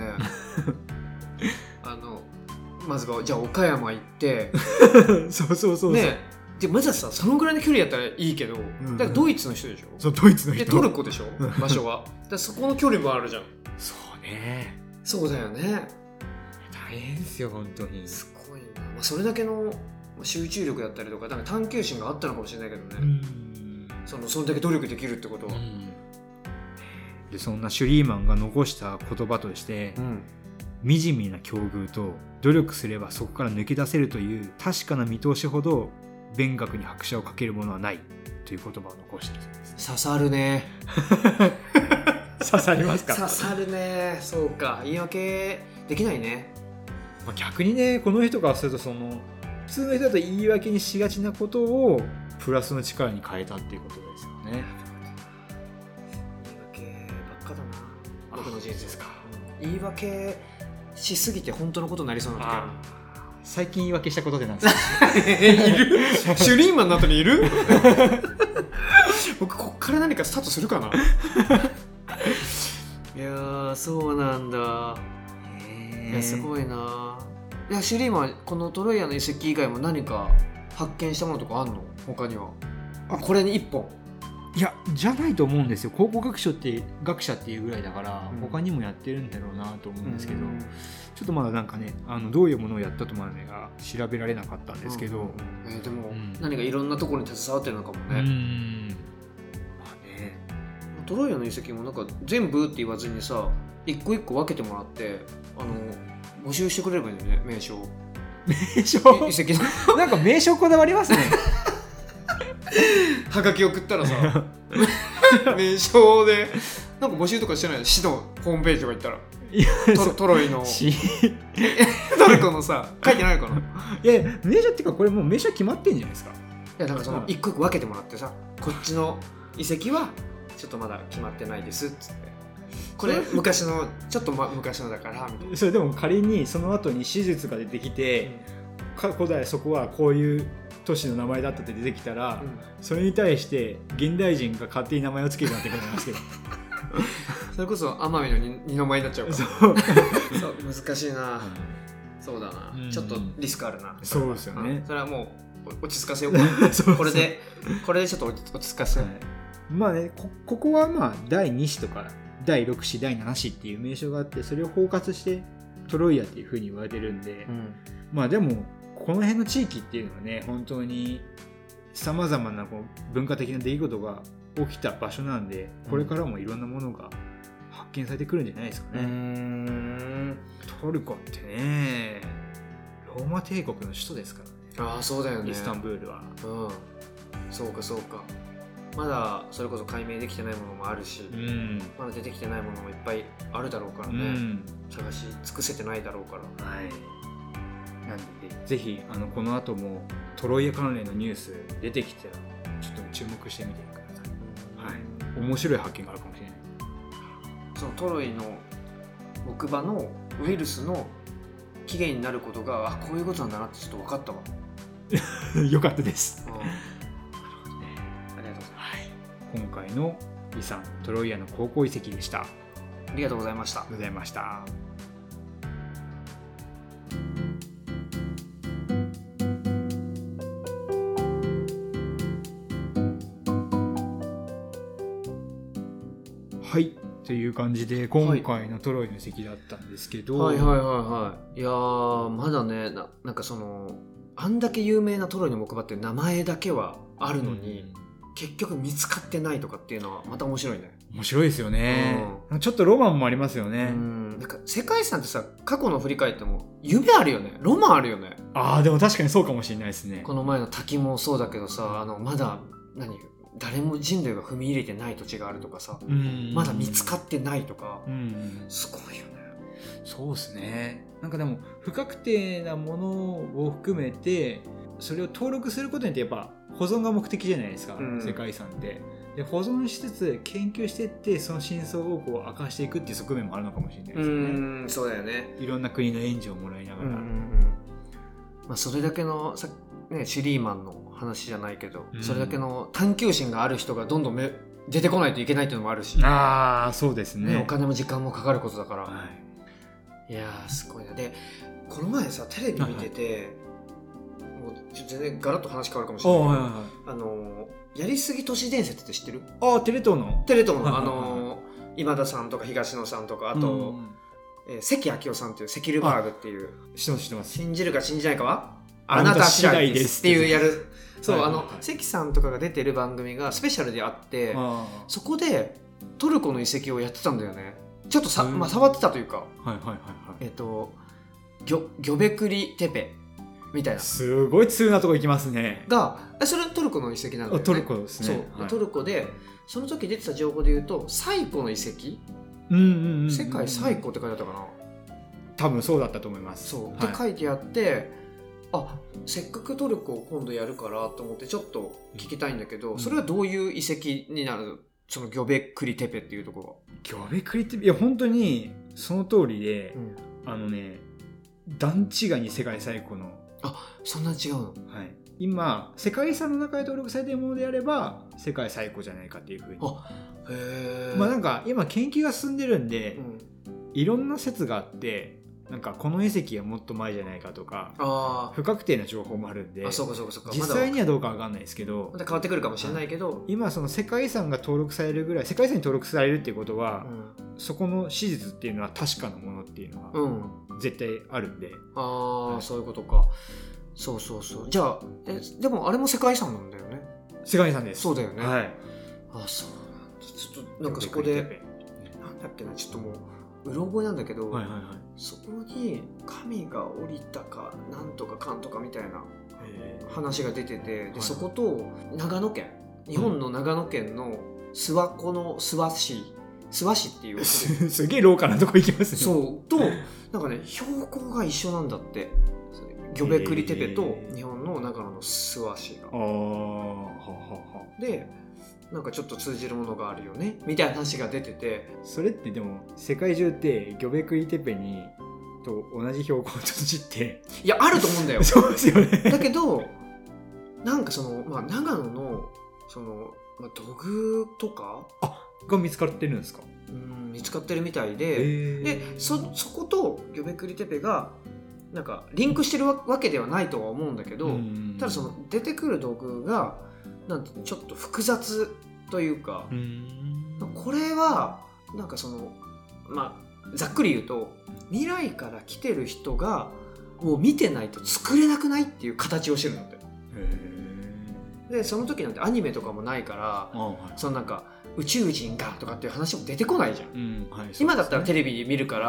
まずはじゃあ岡山行ってそうね、でまずはさそのぐらいの距離やったらいいけど、だからドイツの人でしょ。 そうドイツの人でトルコでしょ場所は。だそこの距離もあるじゃん。 そうね。 そうだよね。 大変ですよ本当に。 すごいな。それだけの集中力だったりとか、なんか探求心があったのかもしれないけどね。それだけ努力できるってことは。 でそんなシュリーマンが残した言葉として、惨めな境遇と努力すればそこから抜け出せるという確かな見通しほど勉学に拍車をかけるものはないという言葉を残しているそうです。 刺さるね。 刺さりますか？ 刺さるね。そうか、言い訳できないね。 逆にね、この人からするとその普通の人だと言い訳にしがちなことをプラスの力に変えたっていうことですよね。 言い訳ばっかだな僕の人生ですか。言い訳しすぎて本当のことになりそうな時ある。 最近言い訳したことでなんですか？ いる？シュリーマンの後にいる？僕こっから何かスタートするかな。いやーそうなんだ。いやすごいな。いやシュリーマンこのトロイアの遺跡以外も何か発見したものとかあんの？他には。これに一本。 いやじゃないと思うんですよ。考古学者っていうぐらいだから、他にもやってるんだろうなと思うんですけど、ちょっとまだなんかねどういうものをやったとまでが調べられなかったんですけど、 でも、何かいろんなところに携わってるのかもね。トロイアの遺跡もなんか全部って言わずにさ、一個一個分けてもらって募集してくれればいいんだよね。名称遺跡のなんか名称こだわりますね。 はがき送ったらさ名称でなんか募集とかしてないの？市のホームページとか行ったらトロイのトルコのさ書いてないのかな。 いや名称っていうかこれもう名称決まってんじゃないですか。 いやだからその一個一個分けてもらってさ、こっちの遺跡はちょっとまだ決まってないですっつって、これ昔のちょっと昔のだからみたいな。 それでも仮にその後に史実が出てきて、古代そこはこういう都市の名前だったって出てきたら、それに対して現代人が勝手に名前を付けるなんてことなんですけどそれこそ奄美の二の舞になっちゃうから。そう難しいな、そうだな、ちょっとリスクあるな。 そうですよね、 それはもう落ち着かせようか。そうこれでちょっと落ち着かせよう、 まあね、ここはまあ第2子とか第6子第7子っていう名称があって、それを包括してトロイアっていう風に言われてるんで、まあでもこの辺の地域っていうのはね、本当にさまざまな文化的な出来事が起きた場所なんで、これからもいろんなものが発見されてくるんじゃないですかね。トルコってね、ローマ帝国の首都ですからね。 ああそうだよね、 イスタンブールは。 そうかそうか。まだそれこそ解明できてないものもあるし、まだ出てきてないものもいっぱいあるだろうからね、探し尽くせてないだろうから。 はい。なんでぜひこの後もトロイア関連のニュース出てきたらちょっと注目してみてください。はい。面白い発見があるかもしれない。 そのトロイの木馬のウイルスの起源になることがこういうことなんだなってちょっと分かったわ。 よかったです。 なるほどね。ありがとうございます。 はい、今回のイさんトロイアの考古遺跡でした。 ありがとうございました。 ございました。はい、という感じで今回のトロイの遺跡だったんですけど、 はいいやまだねなんかそのあんだけ有名なトロイの木馬っていう名前だけはあるのに、結局見つかってないとかっていうのはまた面白いね。 面白いですよね、ちょっとロマンもありますよね。 なんか世界遺産ってさ、過去の振り返っても夢あるよね、ロマンあるよね。 でも確かにそうかもしれないですね。 この前の滝もそうだけどさ、まだ誰も人類が踏み入れてない土地があるとかさ、まだ見つかってないとか、すごいよね。 そうですね。なんかでも不確定なものを含めてそれを登録することによってやっぱ保存が目的じゃないですか、世界遺産って。で保存しつつ研究していってその真相をこう明かしていくっていう側面もあるのかもしれないですね。 そうだよね。 いろんな国の援助をもらいながら、 それだけのシュリーマンの話じゃないけど、それだけの探求心がある人がどんどん出てこないといけないっていうのもあるし、 そうですね。 お金も時間もかかることだから、いやーすごいな。でこの前さテレビ見てて、もう全然ガラッと話変わるかもしれないけど、やりすぎ都市伝説って知ってる？ テレ東の今田さんとか東野さんとか、あと、関明夫さんっていうセキルバーグっていう、 知ってます。 信じるか信じないかはあなた次第ですっていうやる、関さんとかが出てる番組がスペシャルであって、そこでトルコの遺跡をやってたんだよね。ちょっと触ってたというか、ギョベクリテペみたいな、 すごい通なとこ行きますね。 それはトルコの遺跡なんだよね。 トルコですね。 トルコでその時出てた情報で言うと最古の遺跡、世界最古って書いてあったかな。 多分そうだったと思います。 って書いてあって、せっかくトルコを今度やるからと思ってちょっと聞きたいんだけど、それはどういう遺跡になる？そのギョベクリテペっていうところは。 ギョベクリテペ、いや本当にその通りで、段違いに世界最古の。 そんなに違うの？ 今世界遺産の中で登録されているものであれば世界最古じゃないかっていうふうに。なんか今研究が進んでるんで、いろんな説があって、なんかこの遺跡はもっと前じゃないかとか不確定な情報もあるんで、実際にはどうかわかんないですけど、 また変わってくるかもしれないけど、 今その世界遺産が登録されるぐらい、世界遺産に登録されるっていうことは、そこの史実っていうのは確かなものっていうのは絶対あるんで、 そういうことか。そうじゃあでもあれも世界遺産なんだよね。 世界遺産です。 そうだよね。そうなんだ。ちょっとなんかそこでなんだっけな、ちょっともううろ覚えなんだけど、そこに神が降りたかなんとかかんとかみたいな話が出てて、でそこと長野県、日本の長野県の諏訪湖の諏訪市っていうすげえローカルなとこ行きますね。 となんかね、標高が一緒なんだって。ギョベクリテペと日本の長野の諏訪市が。でなんかちょっと通じるものがあるよねみたいな話が出てて、 それってでも世界中ってギョベクリテペにと同じ標高の土地ってあると思うんだよ。 そうですよね。 だけどなんかその、長野のその、土偶とかが見つかってるんですか？ 見つかってるみたいで、そことギョベクリテペがなんかリンクしてるわけではないとは思うんだけど、ただその出てくる道具がなんてちょっと複雑というか、これはなんかそのざっくり言うと未来から来てる人がもう見てないと作れなくないっていう形をしてるので。でその時なんてアニメとかもないから、そのなんか宇宙人がとかっていう話も出てこないじゃん。今だったらテレビで見るから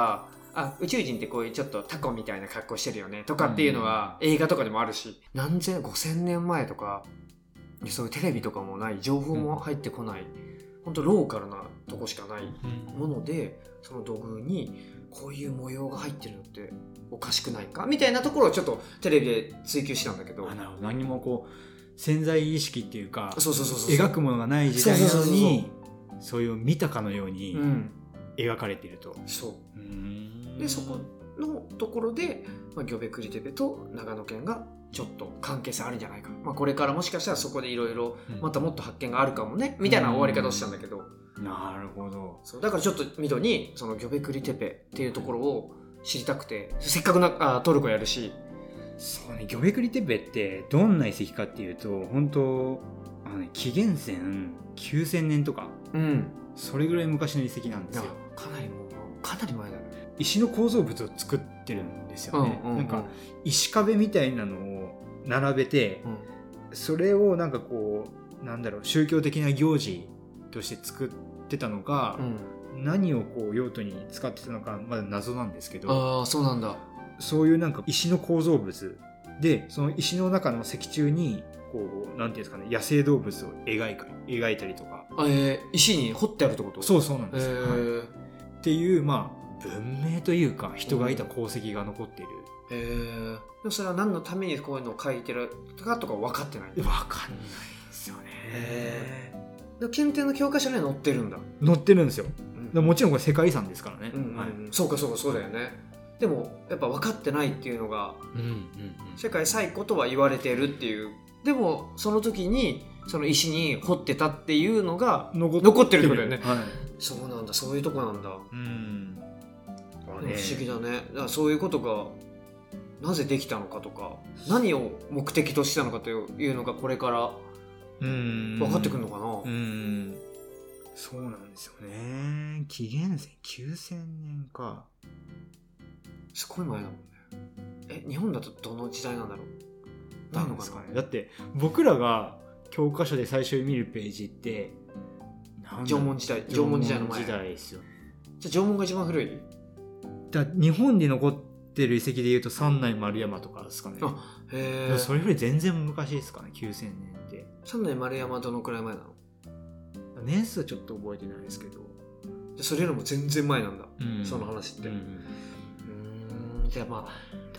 宇宙人ってこういうちょっとタコみたいな格好してるよねとかっていうのは映画とかでもあるし、何千5000年前とかそういうテレビとかもない、情報も入ってこない、本当ローカルなとこしかないもので、その土偶にこういう模様が入ってるのっておかしくないかみたいなところをちょっとテレビで追求したんだけど、 なるほど。何もこう潜在意識っていうかそう描くものがない時代なのにそういう見たかのように描かれていると。 でそこのところで、ギョベクリテペと長野県がちょっと関係性あるんじゃないか、これからもしかしたらそこでいろいろまたもっと発見があるかもね、みたいな終わり方をしたんだけど、 なるほど。 そうだからちょっとミドにそのギョベクリテペっていうところを知りたくて、せっかくトルコやるし。 そうね、ギョベクリテペってどんな遺跡かっていうと、本当紀元前9000年とか、それぐらい昔の遺跡なんですよ。 かなり前だね。 石の構造物を作ってるんですよね。なんか石壁みたいなのを並べて、それをなんかこう宗教的な行事として作ってたのか、何をこう用途に使ってたのかまだ謎なんですけど、 そうなんだ。 そういうなんか石の構造物で、その石の中の石柱にこうなんていうんですかね、野生動物を描いたりとか、 石に彫ってあるってこと？ そうなんですよ、っていう文明というか人がいた功績が残っている。 でもそれは何のためにこういうのを書いてるかとか分かってない？ 分かんないですよね。 検定の教科書には載ってるんだ。 載ってるんですよ、もちろんこれ世界遺産ですからね。 そうだよね。でもやっぱ分かってないっていうのが、世界最古とは言われてるっていう。でもその時にその石に彫ってたっていうのが残ってるってことだよね。そうなんだ、そういうとこなんだ。不思議だね。だからそういうことがなぜできたのかとか、何を目的としたのかというのがこれから分かってくるのかな。 そうなんですよね。紀元前9000年か。 すごい前だもんね。日本だとどの時代なんだろう。 なんですかね。だって僕らが教科書で最初に見るページって縄文時代の前。 縄文時代ですよ。 じゃあ縄文が一番古い？ 日本に残ってる遺跡でいうと三内丸山とかですかね。それより全然昔ですかね、9000年って。三内丸山はどのくらい前なの？ 年数はちょっと覚えてないですけど、 じゃそれよりも全然前なんだ、その話って。じゃあでも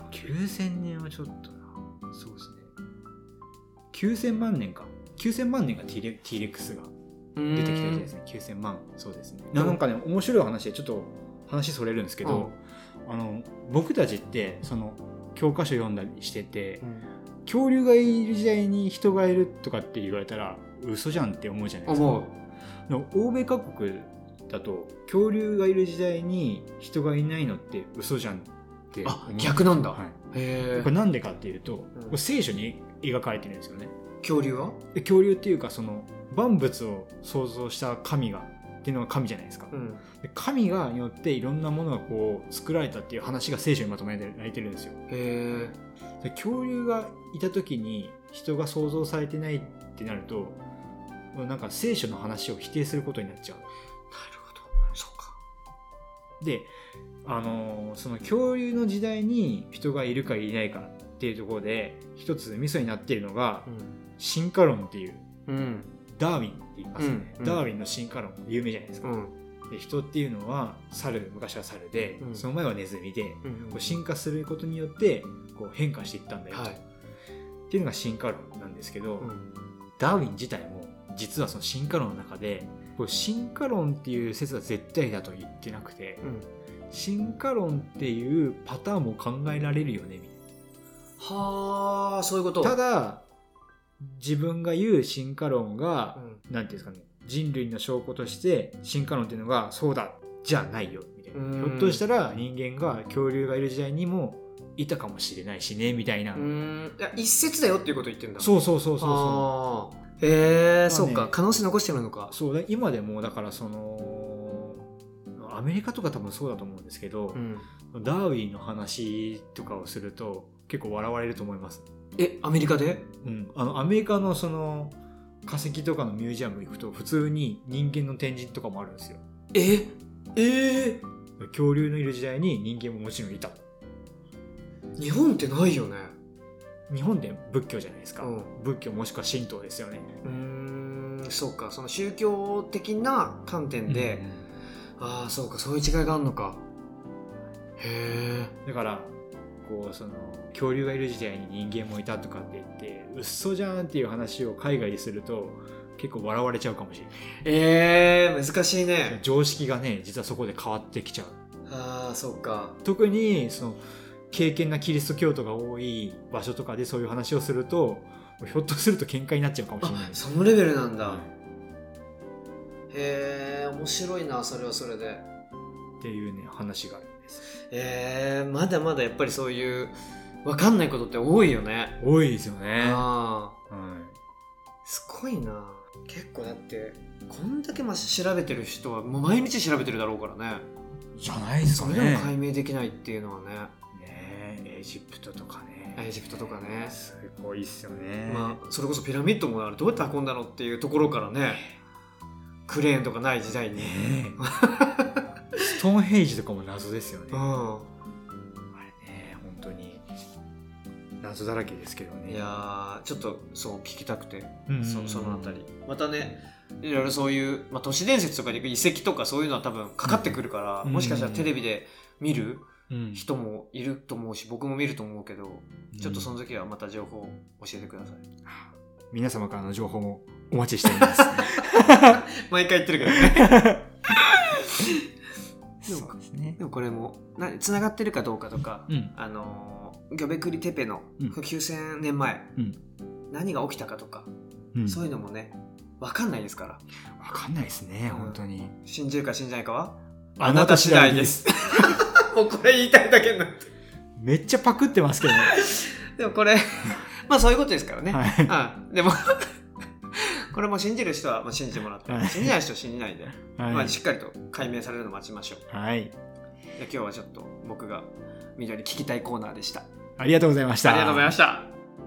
9000年はちょっとな。そうですね、9000万年か。9000万年が T レックスが出てきた時代ですね。9000万。そうですね。なんかね、面白い話でちょっと話それるんですけど、僕たちってその教科書読んだりしてて、恐竜がいる時代に人がいるとかって言われたら嘘じゃんって思うじゃないですか。欧米各国だと恐竜がいる時代に人がいないのって嘘じゃんって思う。 逆なんだ。これなんでかっていうと、聖書に描かれてるんですよね。 恐竜は？ 恐竜っていうか、その万物を創造した神がっていうのが神じゃないですか、で神がによっていろんなものがこう作られたっていう話が聖書にまとめられてるんですよ。で恐竜がいた時に人が創造されてないってなると、なんか聖書の話を否定することになっちゃう。なるほど、そうか。 でその恐竜の時代に人がいるかいないかっていうところで一つミソになっているのが、進化論っていう、ダーウィンって言いますね、ダーウィンの進化論有名じゃないですか、で人っていうのは昔は猿で、その前はネズミで、こう進化することによってこう変化していったんだよと、っていうのが進化論なんですけど、ダーウィン自体も実はその進化論の中でこう進化論っていう説は絶対だと言ってなくて、進化論っていうパターンも考えられるよねみたいな。 はあ、そういうこと。 ただ自分が言う進化論が、なんていうんですかね、人類の証拠として進化論っていうのがそうだじゃないよみたいな。ひょっとしたら人間が恐竜がいる時代にもいたかもしれないしねみたいな。 いや一説だよっていうことを言ってるんだ。 そう。 そうか、可能性残してるのか。 そうだ、今でもだからそのアメリカとか多分そうだと思うんですけど、ダーウィンの話とかをすると結構笑われると思います。 アメリカで？ アメリカのその化石とかのミュージアム行くと普通に人間の展示とかもあるんですよ。 恐竜のいる時代に人間ももちろんいた。 日本ってないよね。 日本で仏教じゃないですか、 うん、 仏教もしくは神道ですよね。 そうか、その宗教的な観点で、ああそうか、そういう違いがあるのか。へえ。 だからこうその恐竜がいる時代に人間もいたとかって言って嘘じゃんっていう話を海外ですると結構笑われちゃうかもしれない。 難しいね。 常識がね実はそこで変わってきちゃう。 ああそうか。 特にその敬虔なキリスト教徒が多い場所とかでそういう話をするとひょっとすると喧嘩になっちゃうかもしれない。 そのレベルなんだ、 はい、 へえ、面白いな、それはそれでっていうね話があるんです。 まだまだやっぱりそういう分かんないことって多いよね。 多いですよね。 ああ、 はい、 すごいな。結構だってこんだけ調べてる人はもう毎日調べてるだろうからね。 じゃないですかね。 それでも解明できないっていうのはね。 エジプトとかね。 エジプトとかね。 すごいっすよね。 まあそれこそピラミッドもあれどうやって運んだのっていうところからね。クレーンとかない時代に。 ストーンヘイジとかも謎ですよね。 あれね、本当に謎だらけですけどね。 いやちょっとそう聞きたくて、そのあたりまたね、いろいろそういう、都市伝説とかで遺跡とかそういうのは多分かかってくるから、もしかしたらテレビで見る人もいると思うし、僕も見ると思うけど、ちょっとその時はまた情報を教えてください。 皆様からの情報もお待ちしています毎回言ってるけどねそうですね。 でもこれもつながってるかどうかとか、ギョベクリテペの9000年前、何が起きたかとか、そういうのもね分かんないですから。 分かんないですね、本当に。 信じるか信じないかはあなた次第ですもうこれ言いたいだけになってめっちゃパクってますけどねでもこれそういうことですからね、 はい、 でもこれも信じる人は信じてもらって、はい、信じない人は信じないで、はい、しっかりと解明されるのを待ちましょう。 はい。 で今日はちょっと僕がみどり聞きたいコーナーでした。 ありがとうございました。 ありがとうございました。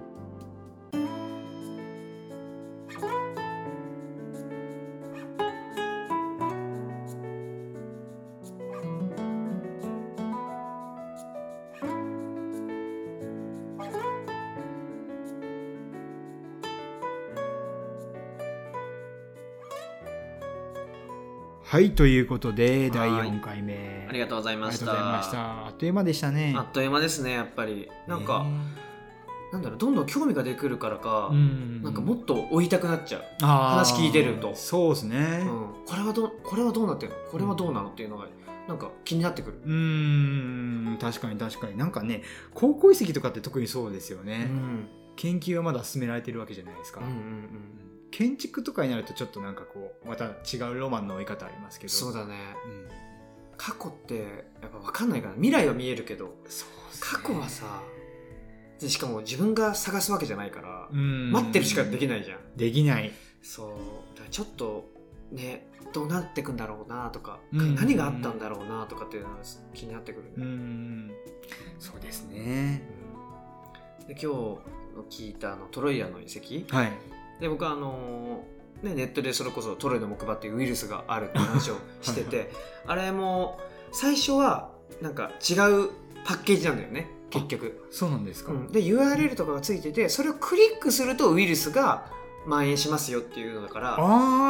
はい、ということで第4回目ありがとうございました。 あっという間でしたね。 あっという間ですね。やっぱりなんか、なんだろう、どんどん興味が出てくるからか、なんかもっと追いたくなっちゃう。話聞いてると。 そうですね、 これはどうなってるの、これはどうなのっていうのがなんか気になってくる。 確かに確かに。なんかね、考古遺跡とかって特にそうですよね、研究はまだ進められてるわけじゃないですか。建築とかになるとちょっとなんかこうまた違うロマンの追い方ありますけど。 そうだね、過去ってやっぱ分かんないから、未来は見えるけど、過去はさ、しかも自分が探すわけじゃないから、待ってるしかできないじゃん。 できない。 そうだからちょっとね、どうなってくんだろうなとか、何があったんだろうなとかっていうのが気になってくる。 そうですね。 で今日聞いたトロイアの遺跡、 はい、で僕はネットでそれこそトロイの木馬っていうウイルスがあるって話をしててあれも最初はなんか違うパッケージなんだよね、結局。 そうなんですか。 で URL とかがついてて、それをクリックするとウイルスが蔓延しますよっていうのだから。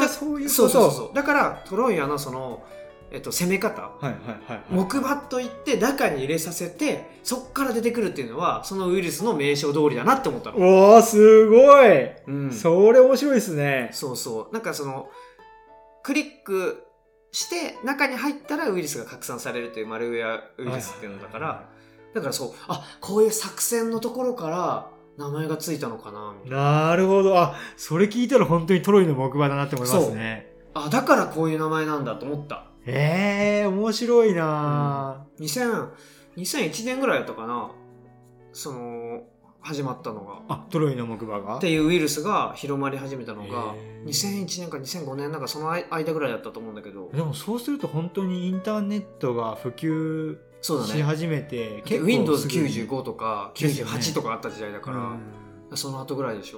そういうこと。 そうだからトロイアのその攻め方、木馬といって中に入れさせてそっから出てくるっていうのはそのウイルスの名称通りだなって思ったの。 おー、すごい、それ面白いですね。 そうなんかそのクリックして中に入ったらウイルスが拡散されるというマルウェアウイルスっていうのだから、だからそう、こういう作戦のところから名前がついたのかなみたいな。 なるほど。それ聞いたら本当にトロイの木馬だなって思いますね。 だからこういう名前なんだと思った。 面白いな、 2001年ぐらいだったかな、始まったのが。 トロイの木馬がっていうウイルスが広まり始めたのが2001年か2005年なんかその間ぐらいだったと思うんだけど。 でもそうすると本当にインターネットが普及し始めて、 結構 Windows95 とか98とかあった時代だから、その後ぐらいでしょう。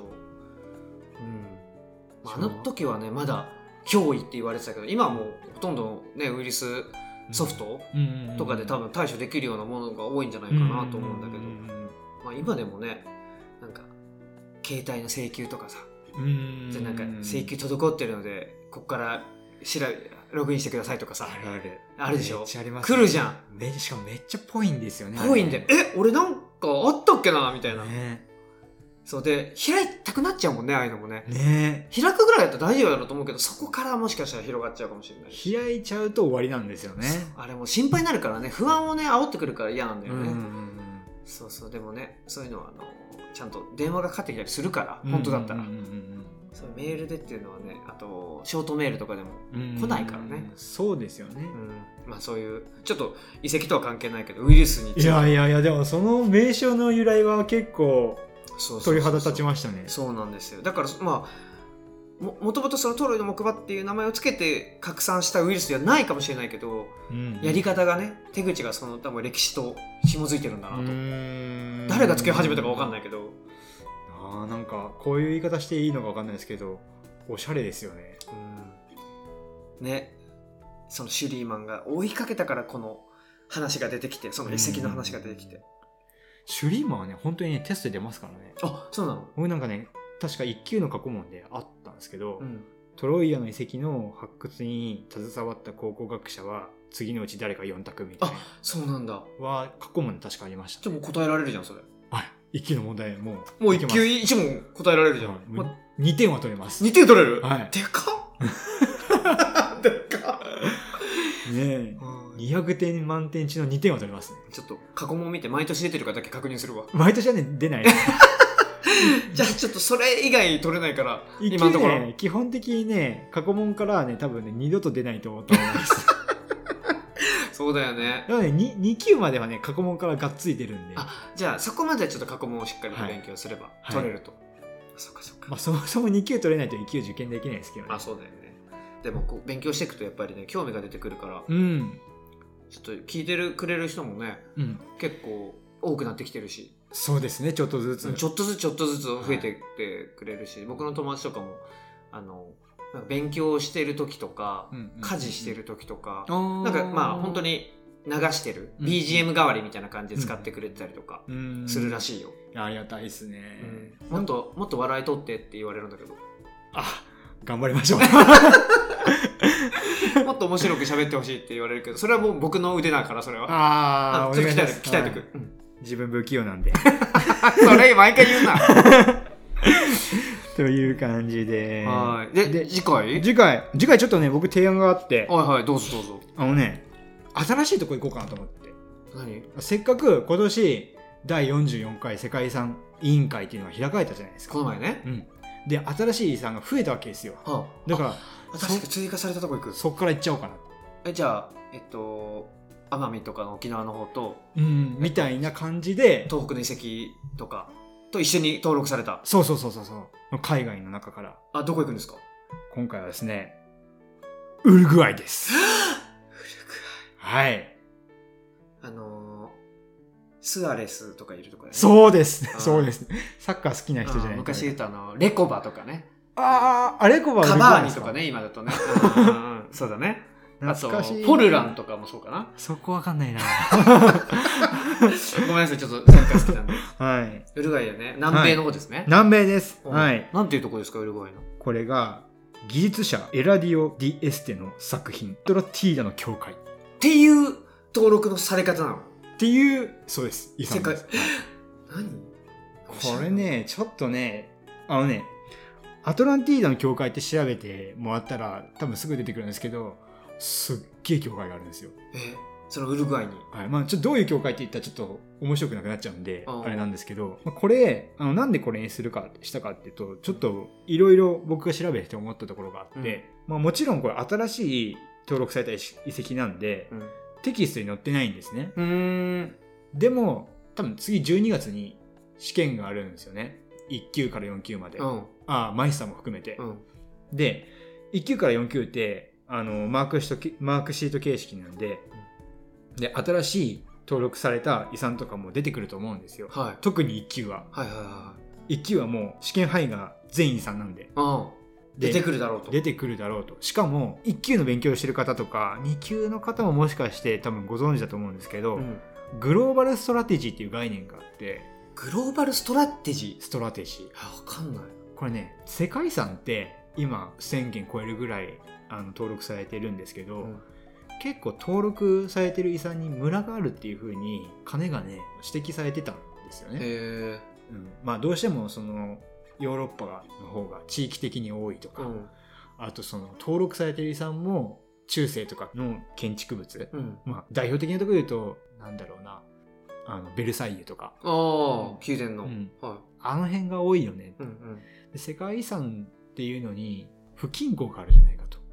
あの時はねまだ脅威って言われてたけど、今はもうほとんどねウイルスソフトとかで多分対処できるようなものが多いんじゃないかなと思うんだけど、まあ、今でもねなんか携帯の請求とかさ、なんか請求滞ってるのでここからログインしてくださいとかさ、あるでしょ。来るじゃん。 しかもめっちゃぽいんですよね。 ぽいんで、俺なんかあったっけなみたいな、そうで開いたくなっちゃうもんね、ああいうのもね。開くぐらいだったら大丈夫だろうと思うけど、そこからもしかしたら広がっちゃうかもしれない。 開いちゃうと終わりなんですよね。 あれも心配になるからね、不安をね煽ってくるから嫌なんだよね。そうそう。でもね、そういうのはちゃんと電話がかかってきたりするから、本当だったら。そうメールでっていうのはね、あとショートメールとかでも来ないからね。 そうですよね。 まあそういうちょっと遺跡とは関係ないけどウイルスについて、 いやでもその名称の由来は結構鳥肌立ちましたね。 そうなんですよ。だからまあもともとそのトロイの木馬っていう名前をつけて拡散したウイルスではないかもしれないけど、やり方がね、手口がその多分歴史と紐づいてるんだなと。誰がつけ始めたか分かんないけど、 なんかこういう言い方していいのか分かんないですけど、おしゃれですよね。 ね、そのシュリーマンが追いかけたからこの話が出てきて、その遺跡の話が出てきて、 シュリーマンはね本当にねテストで出ますからね。 あ、そうなの。 僕なんかね確か1級の過去問であったんですけど、トロイアの遺跡の発掘に携わった考古学者は次のうち誰か4択みたいな。 あ、そうなんだ。 は過去問で確かありました、 ね。でも答えられるじゃんそれ。 1級の問題もう 1級1問答えられるじゃん。 2点は取れます。 2点取れる。 はい。 でかっでかっねえ、200点満点中の2点は取れますね。 ちょっと過去問見て毎年出てるかだけ確認するわ。 毎年はね出ないじゃあちょっとそれ以外取れないから今のところ、基本的にね過去問からはね多分ね二度と出ないと思いますそうだよね。 だからね 2級まではね過去問からがっついてるんで、 じゃあそこまではちょっと過去問をしっかりと勉強すれば取れると、そうかそうか。 まあそもそも2級取れないと1級受験できないですけどね。 そうだよね。でもこう勉強していくとやっぱりね興味が出てくるから、ちょっと聞いてくれる人もね、結構多くなってきてるし。 そうですね、ちょっとずつ増えてってくれるし、僕の友達とかもなんか勉強してる時とか、家事してる時とか、なんかまあ本当に流してる BGM 代わりみたいな感じで使ってくれてたりとかするらしいよ。 ありがたいですね。 もっと笑い取ってって言われるんだけど、 頑張りましょうもっと面白く喋ってほしいって言われるけど、それはもう僕の腕だから、それはちょっと鍛えてく、 自分不器用なんでそれ毎回言うなという感じで、 で次回ちょっとね僕提案があって、 どうぞ新しいとこ行こうかなと思って。 何？ せっかく今年第44回世界遺産委員会っていうのが開かれたじゃないですか、 この前ね。 で新しい遺産が増えたわけですよ。だから確かに追加されたとこ行く。 そこから行っちゃおうかな。 じゃあ奄美とかの沖縄の方と、 みたいな感じで東北の遺跡とかと一緒に登録された。 そう海外の中から。 どこ行くんですか？ 今回はですねウルグアイです。ウルグアイ。はい。 スアレスとかいるとかね。 そうですサッカー好きな人じゃないか。 昔言ったレコバとかね。 レコバカバーニとかね、今だとね。そうだね。あとフォルランとかもそうかな。 そこわかんないなごめんなさい、ちょっとサッカー好きなんで。 はい。 ウルグアイだね。南米の方ですね。 南米です。はい。 なんていうとこですか、ウルグアイの。 これが技術者エラディオ・ディ・エステの作品トロティーダの教会っていう登録のされ方なのっていう。そうです。 世界。何？ これね、ちょっとね、アトランティーダの教会って調べてもらったら多分すぐ出てくるんですけど、すっげえ教会があるんですよ。 そのウルグアイに。 ちょっとどういう教会って言ったらちょっと面白くなくなっちゃうんであれなんですけど、これなんでこれにしたかっていうと、ちょっといろいろ僕が調べて思ったところがあって、もちろんこれ新しい登録された遺跡なんで、テキストに載ってないんですね。でも多分次12月に試験があるんですよね。1級から4級まで、マイスターも含めて、で1級から4級ってマークシート形式なんで、新しい登録された遺産とかも出てくると思うんですよ、特に1級は。1級はもう試験範囲が全遺産なんで、 出てくるだろうと。 しかも1級の勉強してる方とか2級の方ももしかして多分ご存知だと思うんですけど、グローバルストラテジーっていう概念があって。 グローバルストラテジー？ ストラテジー。 わかんない。 これね、世界遺産って今1000件超えるぐらい登録されてるんですけど、結構登録されてる遺産にムラがあるっていう風に金がね指摘されてたんですよね。まあどうしてもそのヨーロッパの方が地域的に多いとか、あとその登録されてる遺産も中世とかの建築物、まあ代表的なところで言うとなんだろうな、ベルサイユとか、 宮殿の、 あの辺が多いよね、で世界遺産っていうのに不均衡があるじゃないかと。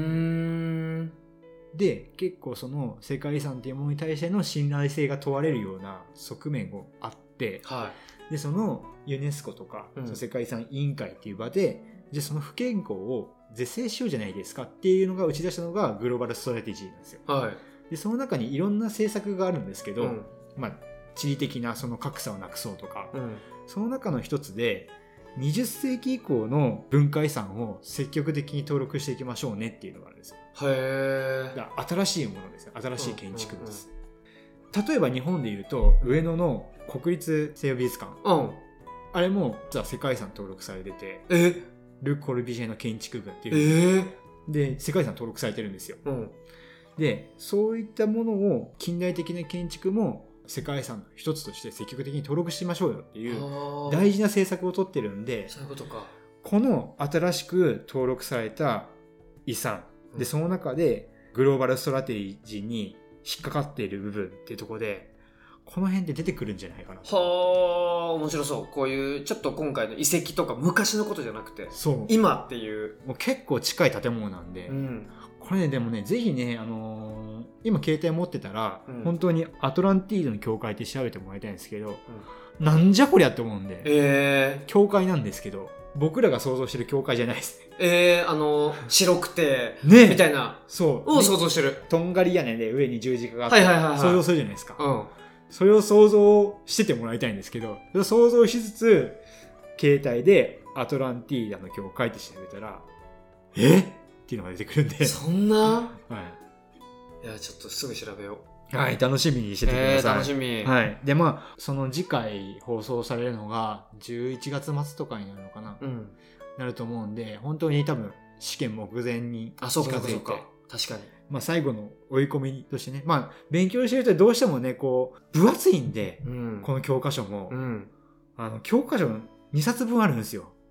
で結構その世界遺産っていうものに対しての信頼性が問われるような側面があって、でそのユネスコとか、その世界遺産委員会っていう場でじゃあその不健康を是正しようじゃないですかっていうのが打ち出したのがグローバルストラテジーなんですよ。でその中にいろんな政策があるんですけど、まあ、地理的なその格差をなくそうとか、その中の一つで20世紀以降の文化遺産を積極的に登録していきましょうねっていうのがあるんですよ。だから新しいものですよ。新しい建築物、例えば日本でいうと上野の国立西洋美術館、あれも実は世界遺産登録されてて、ル・コルビジェの建築群っていう、で世界遺産登録されてるんですよ。でそういったものを近代的な建築も世界遺産の一つとして積極的に登録しましょうよっていう大事な政策を取ってるんで、 そういうことか。 この新しく登録された遺産で、その中でグローバルストラテジーに引っかかっている部分っていうところでこの辺で出てくるんじゃないかな。 面白そう。こういうちょっと今回の遺跡とか昔のことじゃなくて、今っていうもう結構近い建物なんで、これねでもねぜひね、今携帯持ってたら、本当にアトランティードの教会って調べてもらいたいんですけど、なんじゃこりゃって思うんで、教会なんですけど僕らが想像してる教会じゃないですね。白くて、みたいなを想像してる。 とんがり屋根で上に十字架があって想像するじゃないですか。それを想像しててもらいたいんですけど、それを想像しつつ携帯でアトランティーダの教会って調べたらっていうのが出てくるんで、 そんな、いやちょっとすぐ調べよう。 楽しみにしててください。 楽しみ。 でまあその次回放送されるのが11月末とかになるのかな、なると思うんで、本当に多分試験目前に近づいて、 確かに、 まあ、最後の追い込みとしてね、まあ勉強してるとどうしてもねこう分厚いんで、この教科書も、教科書2冊分あるんですよ。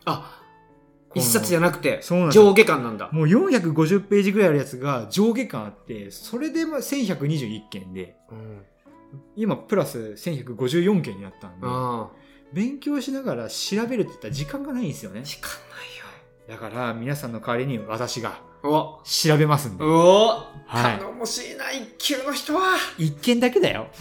1冊じゃなくて上下巻なんだ。 もう450ページぐらいあるやつが上下巻あって、それで1121件で、今プラス1154件になったんで、勉強しながら調べるって言ったら時間がないんですよね。 時間ないよ。だから皆さんの代わりに私が調べますんで。 頼もしいな、一級の人は。 1件だけだよ。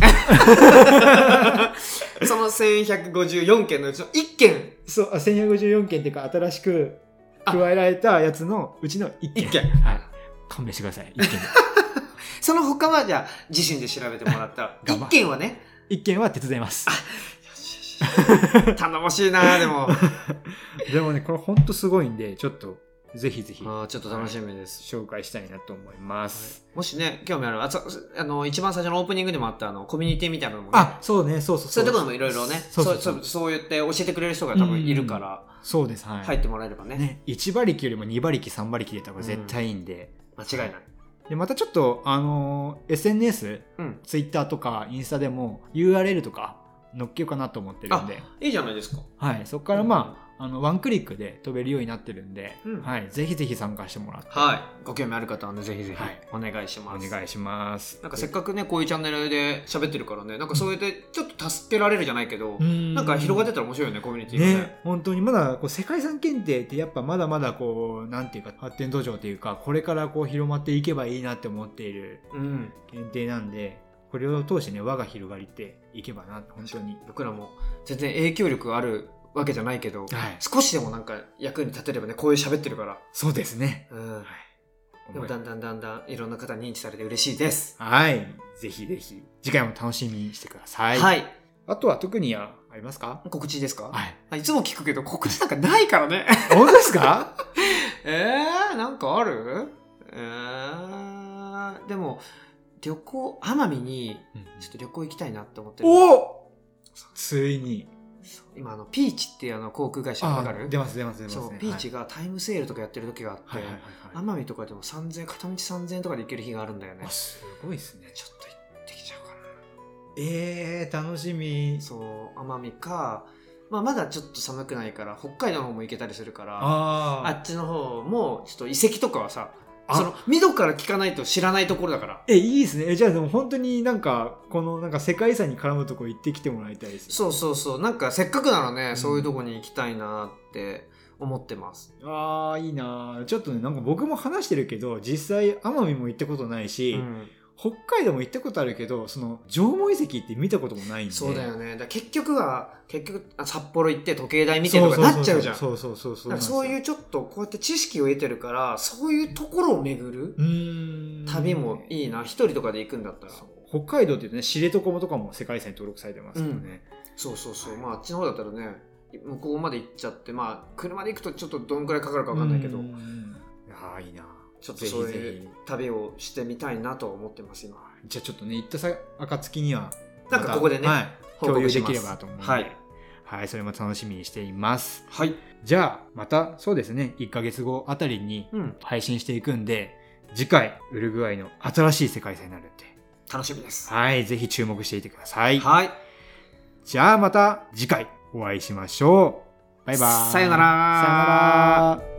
その1154件のうちの1件。 そう、1154件っていうか新しく加えられたやつのうちの1件。勘弁してください。1件で。 その他はじゃあ自身で調べてもらったら1件はね。 1件は手伝います。 頼もしいな。でもでもねこれほんとすごいんで、ちょっとぜひぜひちょっと楽しみです。 紹介したいなと思います。 もしね興味ある一番最初のオープニングでもあったコミュニティみたいなのもね、 そういうところもいろいろね、そう言って教えてくれる人が多分いるから、 そうです、 入ってもらえればね。 1馬力よりも2馬力3馬力で多分絶対いいんで、 間違いない。 でまたちょっとSNS、Twitter とかインスタでも URL とか載っけようかなと思ってるんで、 いいじゃないですか。 そこからワンクリックで飛べるようになってるんで、ぜひぜひ参加してもらって、 ご興味ある方はねぜひぜひお願いします。 お願いします。 なんかせっかくねこういうチャンネルで喋ってるからね、なんかそうやってちょっと助けられるじゃないけど、なんか広がってたら面白いよね、コミュニティがね。 本当にまだこう世界遺産検定ってやっぱまだまだこうなんていうか発展途上というか、これからこう広まっていけばいいなって思っている検定なんで、これを通してね輪が広がりっていけばな。本当に僕らも全然影響力あるわけじゃないけど、少しでもなんか役に立てればね、こういう喋ってるから。 そうですね。 でもだんだんいろんな方に認知されて嬉しいです。 ぜひぜひ次回も楽しみにしてください。あとは特にありますか？ 告知ですか？いつも聞くけど告知なんかないからね。 本当ですか？ なんかある？でも旅行、奄美にちょっと旅行行きたいなって思ってる。 おついに今ピーチっていう航空会社わかる？ 出ます、ね、 そう、ピーチがタイムセールとかやってる時があって、奄美とかでも片道3000円とかで行ける日があるんだよね。 すごいですね。 ちょっと行ってきちゃうかな。 楽しみ。 そう奄美か、まだちょっと寒くないから北海道の方も行けたりするから、あっちの方もちょっと遺跡とかはさ、そのミドから聞かないと知らないところだから。 いいですね。じゃあでも本当になんかこのなんか世界遺産に絡むところ行ってきてもらいたいです。 そうなんかせっかくならね、そういうとこに行きたいなって思ってます。 いいな。ちょっとね、なんか僕も話してるけど実際奄美も行ったことないし、北海道も行ったことあるけど、その縄文遺跡って見たこともないんで。 そうだよね。だ結局札幌行って時計台見てとかなっちゃうじゃん。そういうちょっとこうやって知識を得てるから、そういうところを巡る旅もいいな。一人とかで行くんだったら。 北海道って言うとね、知床とかも世界遺産に登録されてますからね。 そう、あっちの方だったらね、向こうまで行っちゃって、車で行くとちょっとどんくらいかかるか分かんないけど、いいな。ちょっとそういう旅をしてみたいなと思ってます今。 じゃあちょっとね、行った暁にはなんかここでね、 共有できればと思うので、それも楽しみにしています。じゃあまたそうですね、1ヶ月後あたりに配信していくんで、次回ウルグアイの新しい世界遺産になるんで楽しみです。 ぜひ注目していてください。じゃあまた次回お会いしましょう。バイバイ。 さよなら。